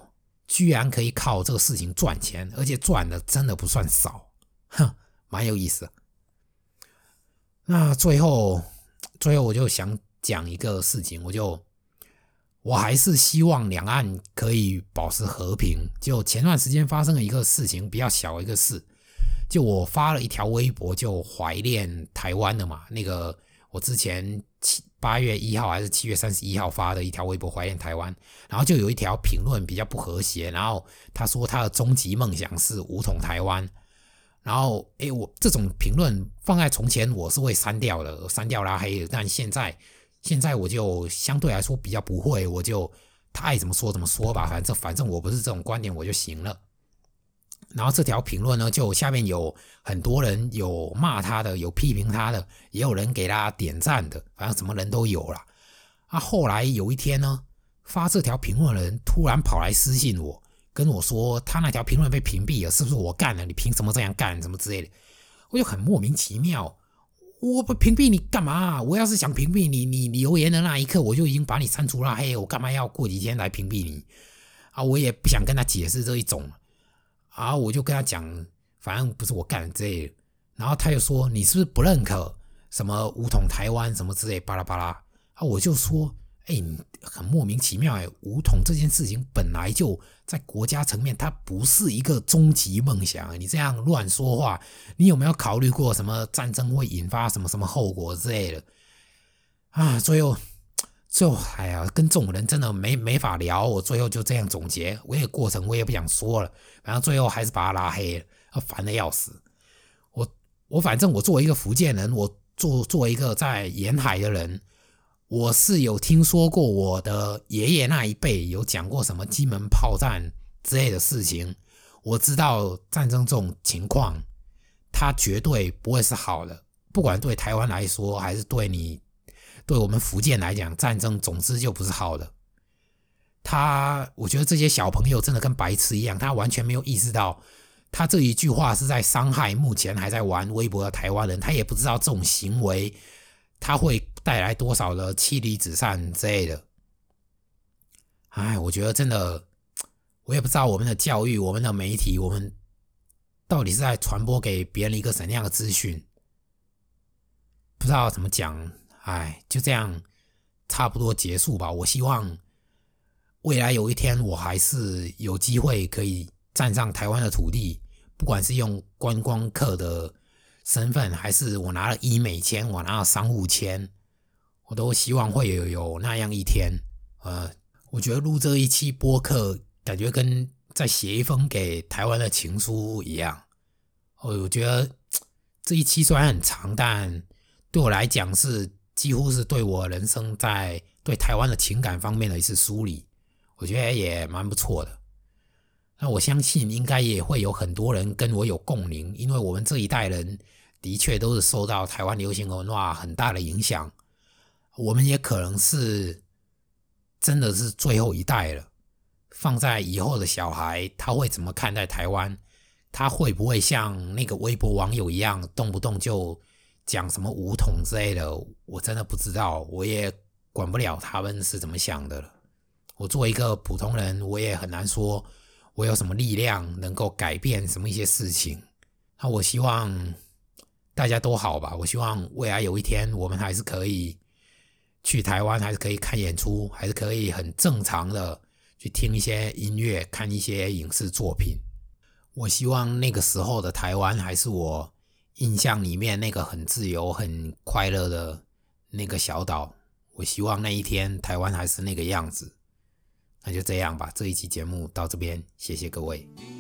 居然可以靠这个事情赚钱，而且赚的真的不算少，蛮有意思的。那最后我就想讲一个事情，我还是希望两岸可以保持和平。就前段时间发生了一个事情，比较小的一个事，就我发了一条微博，就怀念台湾的嘛。那个我之前8月1号还是7月31号发的一条微博怀念台湾，然后就有一条评论比较不和谐，然后他说他的终极梦想是武统台湾。然后我这种评论放在从前我是会删掉的，删掉拉黑的，但现在我就相对来说比较不会，我就他爱怎么说怎么说吧，反正我不是这种观点我就行了。然后这条评论呢，就下面有很多人有骂他的，有批评他的，也有人给他点赞的，反正什么人都有啦。后来有一天呢，发这条评论的人突然跑来私信我，跟我说他那条评论被屏蔽了，是不是我干了？你凭什么这样干？什么之类的，我就很莫名其妙。我不屏蔽你干嘛？我要是想屏蔽你，你留言的那一刻我就已经把你删除了，嘿，我干嘛要过几天来屏蔽你？我也不想跟他解释这一种。我就跟他讲，反正不是我干的之类的。然后他就说你是不是不认可什么武统台湾什么之类巴拉巴拉。我就说很莫名其妙武统这件事情本来就在国家层面它不是一个终极梦想，你这样乱说话，你有没有考虑过什么战争会引发什么什么后果之类的。最后跟这种人真的没法聊，我最后就这样总结，过程我也不想说了，反正最后还是把他拉黑了，烦得要死。反正我作为一个福建人，我作为一个在沿海的人，我是有听说过我的爷爷那一辈有讲过什么金门炮战之类的事情，我知道战争这种情况它绝对不会是好的，不管对台湾来说还是对我们福建来讲，战争总之就不是好的。我觉得这些小朋友真的跟白痴一样，他完全没有意识到他这一句话是在伤害目前还在玩微博的台湾人，他也不知道这种行为他会带来多少的妻离子散之类的。我觉得真的，我也不知道我们的教育，我们的媒体，我们到底是在传播给别人一个怎样的资讯，不知道怎么讲。就这样差不多结束吧。我希望未来有一天我还是有机会可以站上台湾的土地，不管是用观光客的身份，还是我拿了医美签，我拿了商务签，我都希望会有那样一天。我觉得录这一期播客感觉跟在写一封给台湾的情书一样。我觉得这一期虽然很长，但对我来讲是几乎是对我人生在对台湾的情感方面的一次梳理，我觉得也蛮不错的。那我相信应该也会有很多人跟我有共鸣，因为我们这一代人的确都是受到台湾流行文化很大的影响，我们也可能是真的是最后一代了。放在以后的小孩，他会怎么看待台湾？他会不会像那个微博网友一样，动不动就讲什么武统之类的？我真的不知道，我也管不了他们是怎么想的了。我作为一个普通人，我也很难说我有什么力量能够改变什么一些事情。那我希望大家都好吧，我希望未来有一天我们还是可以去台湾，还是可以看演出，还是可以很正常的去听一些音乐，看一些影视作品。我希望那个时候的台湾还是我印象里面那个很自由很快乐的那个小岛，我希望那一天台湾还是那个样子。那就这样吧，这一期节目到这边，谢谢各位。